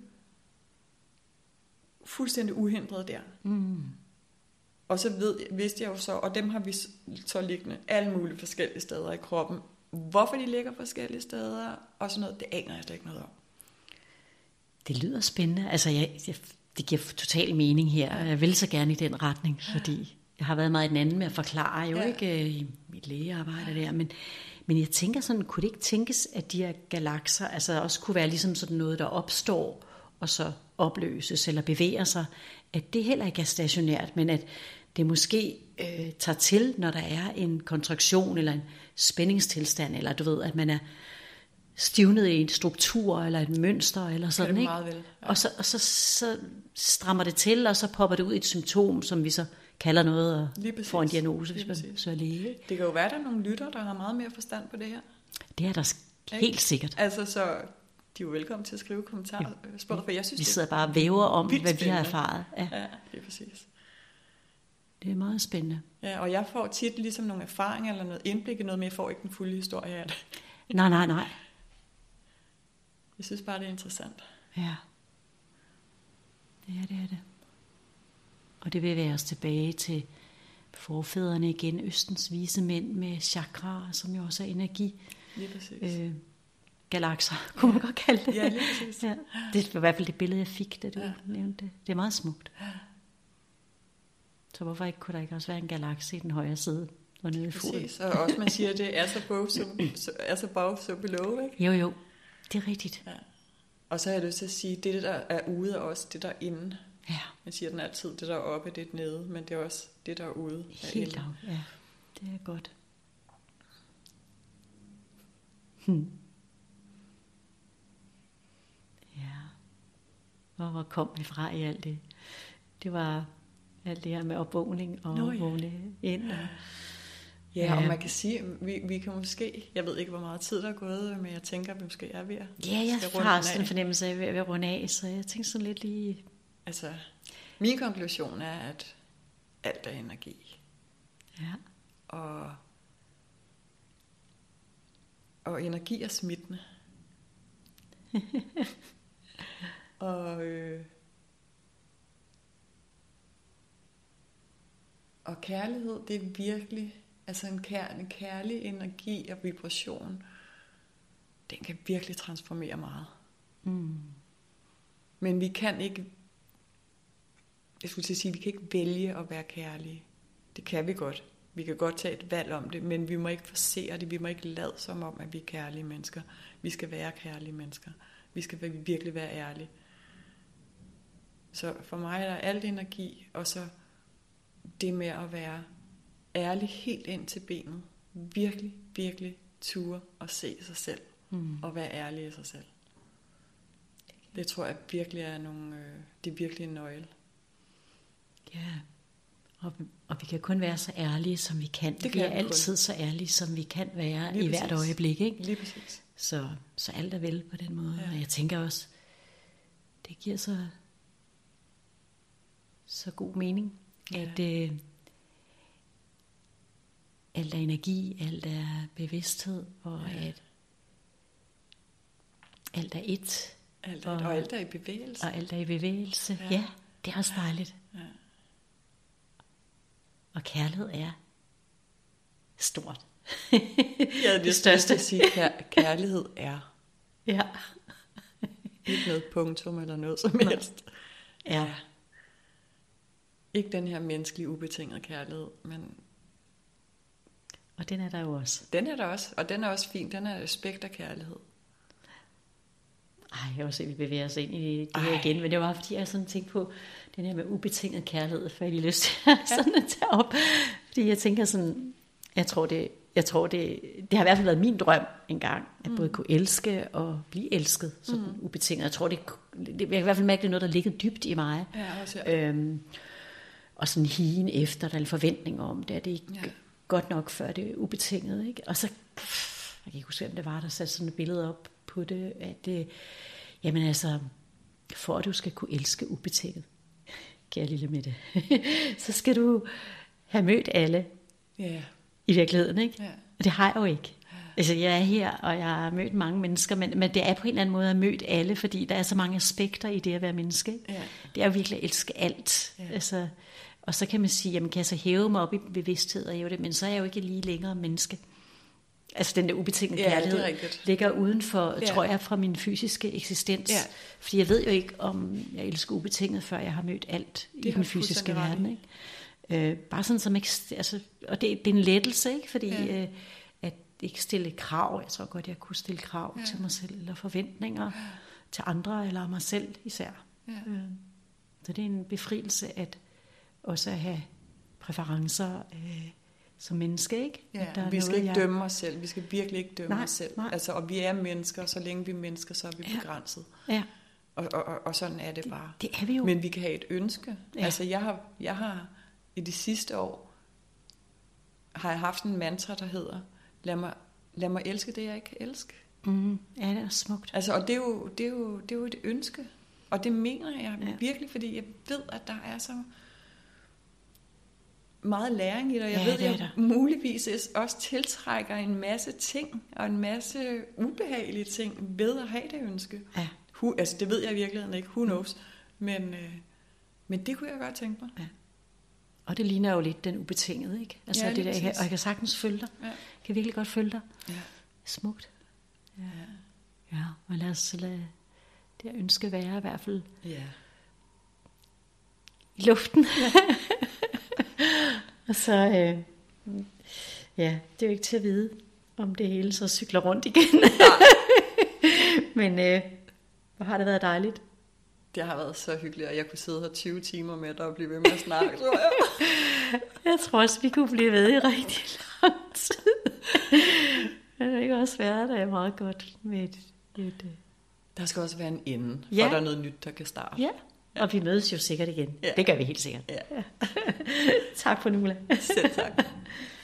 fuldstændig uhindret der. Mm. Og så ved, vidste jeg jo så, og dem har vi så liggende alle mulige forskellige steder i kroppen. Hvorfor de ligger forskellige steder, og sådan noget, det aner jeg slet ikke noget om. Det lyder spændende. Altså, jeg, jeg, det giver total mening her. Jeg vil så gerne i den retning, fordi jeg har været meget i den anden med at forklare, jo ja. ikke i mit lægearbejde der, men, men jeg tænker sådan, kunne det ikke tænkes, at de her galakser altså også kunne være ligesom sådan noget, der opstår, og så opløses eller bevæger sig, at det heller ikke er stationært, men at det måske øh, tager til, når der er en kontraktion eller en spændingstilstand, eller du ved, at man er stivnet i en struktur eller et mønster eller sådan, ikke? Meget vel, ja. Og, så, og så, så strammer det til, og så popper det ud i et symptom, som vi så kalder noget og får en diagnose, hvis man så er læge. Det kan jo være, der er nogle lytter, der har meget mere forstand på det her. Det er der helt sikkert. Altså, så de er jo velkommen til at skrive kommentarer. Ja. For jeg synes, vi sidder bare og væver om, hvad spændende. Vi har erfaret. Ja, ja, det er præcis. Det er meget spændende. Ja, og jeg får tit ligesom nogle erfaringer eller noget indblik i noget, men jeg får ikke den fulde historie af det. Nej, nej, nej. Jeg synes bare, det er interessant. Ja. Ja, det er det. Og det vil være os tilbage til forfædrene igen, Østens vise mænd med chakra, som jo også er energi. Lige præcis. Øh, galakser, kunne man godt kalde det. Ja, lige præcis. Ja. Det var i hvert fald det billede, jeg fik, da du ja. nævnte det. Det er meget smukt. Ja. Så hvorfor ikke, kunne der ikke også være en galakse i den højre side? Og nede i foden? Præcis, og også man siger, det er så above, so, så above, so below, ikke? Jo, jo. Det er rigtigt. Ja. Og så har jeg lyst til at sige, det der er ude er også det der er inde. Ja. Man siger den altid, det der er oppe, det er nede, men det er også det der er ude. Helt af, ja. Det er godt. Hmm. Ja. Og hvor kom vi fra i alt det? Det var alt det her med opvågning og Nå, ja. vågne ind. Og Ja, og man kan sige, vi, vi kan måske, jeg ved ikke, hvor meget tid der er gået, men jeg tænker, at vi måske er ved at Ja, jeg har også den fornemmelse af, at jeg er ved at runde af, så jeg tænker sådan lidt lige... Altså, min konklusion er, at alt er energi. Ja. Og, og energi er smittende. og... Øh, og kærlighed, det er virkelig... Altså en, kær, en kærlig energi og vibration, den kan virkelig transformere meget. Mm. Men vi kan ikke, jeg skulle til at sige, vi kan ikke vælge at være kærlige. Det kan vi godt. Vi kan godt tage et valg om det, men vi må ikke forsere det. Vi må ikke lade som om, at vi er kærlige mennesker. Vi skal være kærlige mennesker. Vi skal virkelig være ærlige. Så for mig er der alt energi, og så det med at være ærlig helt ind til benet. Virkelig, virkelig ture og se sig selv. Mm. Og være ærlig i sig selv. Det tror jeg virkelig er nogle, øh, det er virkelig en nøgle. Ja, og, og vi kan kun være så ærlige, som vi kan. Det vi kan er vi altid kun. så ærlige, som vi kan være Lige i præcis. hvert øjeblik. Ikke? Lige præcis. Så, så alt er vel på den måde. Ja. Og jeg tænker også, det giver så, så god mening, Ja. at øh, alt er energi, alt er bevidsthed, og Ja. at alt er et. Alt er, og, og alt er i bevægelse. Og alt er i bevægelse. Ja, Ja. ja det er også dejligt. Ja. Og kærlighed er stort. Ja, det, det største. at sige, kær- kærlighed er. Ja. Ikke noget punktum eller noget som helst. Ja. Ikke den her menneskelige ubetingede kærlighed, men Og den er der jo også. den er der også, og den er også fin. Den er respekt og kærlighed. Ej, jeg også, vi bevæger os ind i det her Ej. igen, men det var fordi, jeg sådan tænkte på den her med ubetinget kærlighed, for jeg lige lyst til at sådan at tage op. Fordi jeg tænker sådan, jeg tror det, jeg tror det, det har i hvert fald været min drøm engang, at både kunne elske og blive elsket, sådan mm. ubetinget. Jeg tror det, det, jeg kan i hvert fald mærke, det er noget, der ligger dybt i mig. Ja, også ja. Øhm, og sådan higen efter, der er en forventning om det, er det ikke Ja. godt nok, før det er ubetinget, ikke? Og så, jeg kan ikke huske, hvem det var, der satte sådan et billede op på det, at det, jamen altså, for at du skal kunne elske ubetinget, kære lille Mette, så skal du have mødt alle Ja. i virkeligheden, ikke? Ja. Og det har jeg jo ikke. Altså, jeg er her, og jeg har mødt mange mennesker, men, men det er på en eller anden måde at møde alle, fordi der er så mange aspekter i det at være menneske, ikke? Ja. Det er jo virkelig at elske alt. Ja. Altså, og så kan man sige, jamen kan jeg så hæve mig op i bevidsthed, og jo det, men så er jeg jo ikke lige længere menneske. Altså den der ubetingede Ja, det er kærlighed rigtigt. ligger uden for, Ja. tror jeg, fra min fysiske eksistens. Ja. Fordi jeg ved jo ikke, om jeg elsker ubetinget, før jeg har mødt alt Det i har den du fysiske fuldstændig ret verden. i. Ikke? Øh, bare sådan som ikke, altså, og det, det er en lettelse, ikke? Fordi Ja. øh, at ikke stille krav. Jeg tror godt, jeg kunne stille krav Ja. til mig selv, eller forventninger til andre, eller mig selv især. Ja. Øh, så det er en befrielse at også at have præferencer øh, som menneske, ikke? Ja, At der er vi skal noget, ikke jeg... dømme os selv. Vi skal virkelig ikke dømme Nej, os selv. nej. Altså, og vi er mennesker, så længe vi er mennesker, så er vi Ja. begrænset. Ja, Og, og, og, og sådan er det bare. det er vi jo. Men vi kan have et ønske. Ja. Altså, jeg har, jeg har i de sidste år, har jeg haft en mantra, der hedder, lad mig, lad mig elske det, jeg ikke kan elske. Mm, ja, det er smukt. Altså, og det er, jo, det, er jo, det er jo et ønske. Og det mener jeg Ja. virkelig, fordi jeg ved, at der er så meget læring i det. Jeg Ja, ved, det er at jeg muligvis også tiltrækker en masse ting, og en masse ubehagelige ting ved at have det ønske. Ja. Who, altså, det ved jeg i virkeligheden ikke. Who knows? Men, øh, men det kunne jeg godt tænke mig. Ja. Og det ligner jo lidt den ubetingede, ikke? Altså Ja, det lige der, jeg kan, præcis. og jeg kan sagtens følge dig. Ja. Jeg kan virkelig godt følge dig. Ja. Smukt. Ja. Ja, og lad os lade det ønske være i hvert fald Ja. i luften. Og så, øh, ja, det er jo ikke til at vide, om det hele så cykler rundt igen. Men øh, hvor har det været dejligt. Det har været så hyggeligt, og jeg kunne sidde her tyve timer med dig og blive ved med at snakke, tror jeg. Jeg tror også, vi kunne blive ved i rigtig lang tid. Men det kan også være, at det er meget godt med et... et øh, Der skal også være en ende, for Ja. der er noget nyt, der kan starte. ja, og vi mødes jo sikkert igen. Ja. Det gør vi helt sikkert. Ja. Tak for nu, Ulla. Selv tak.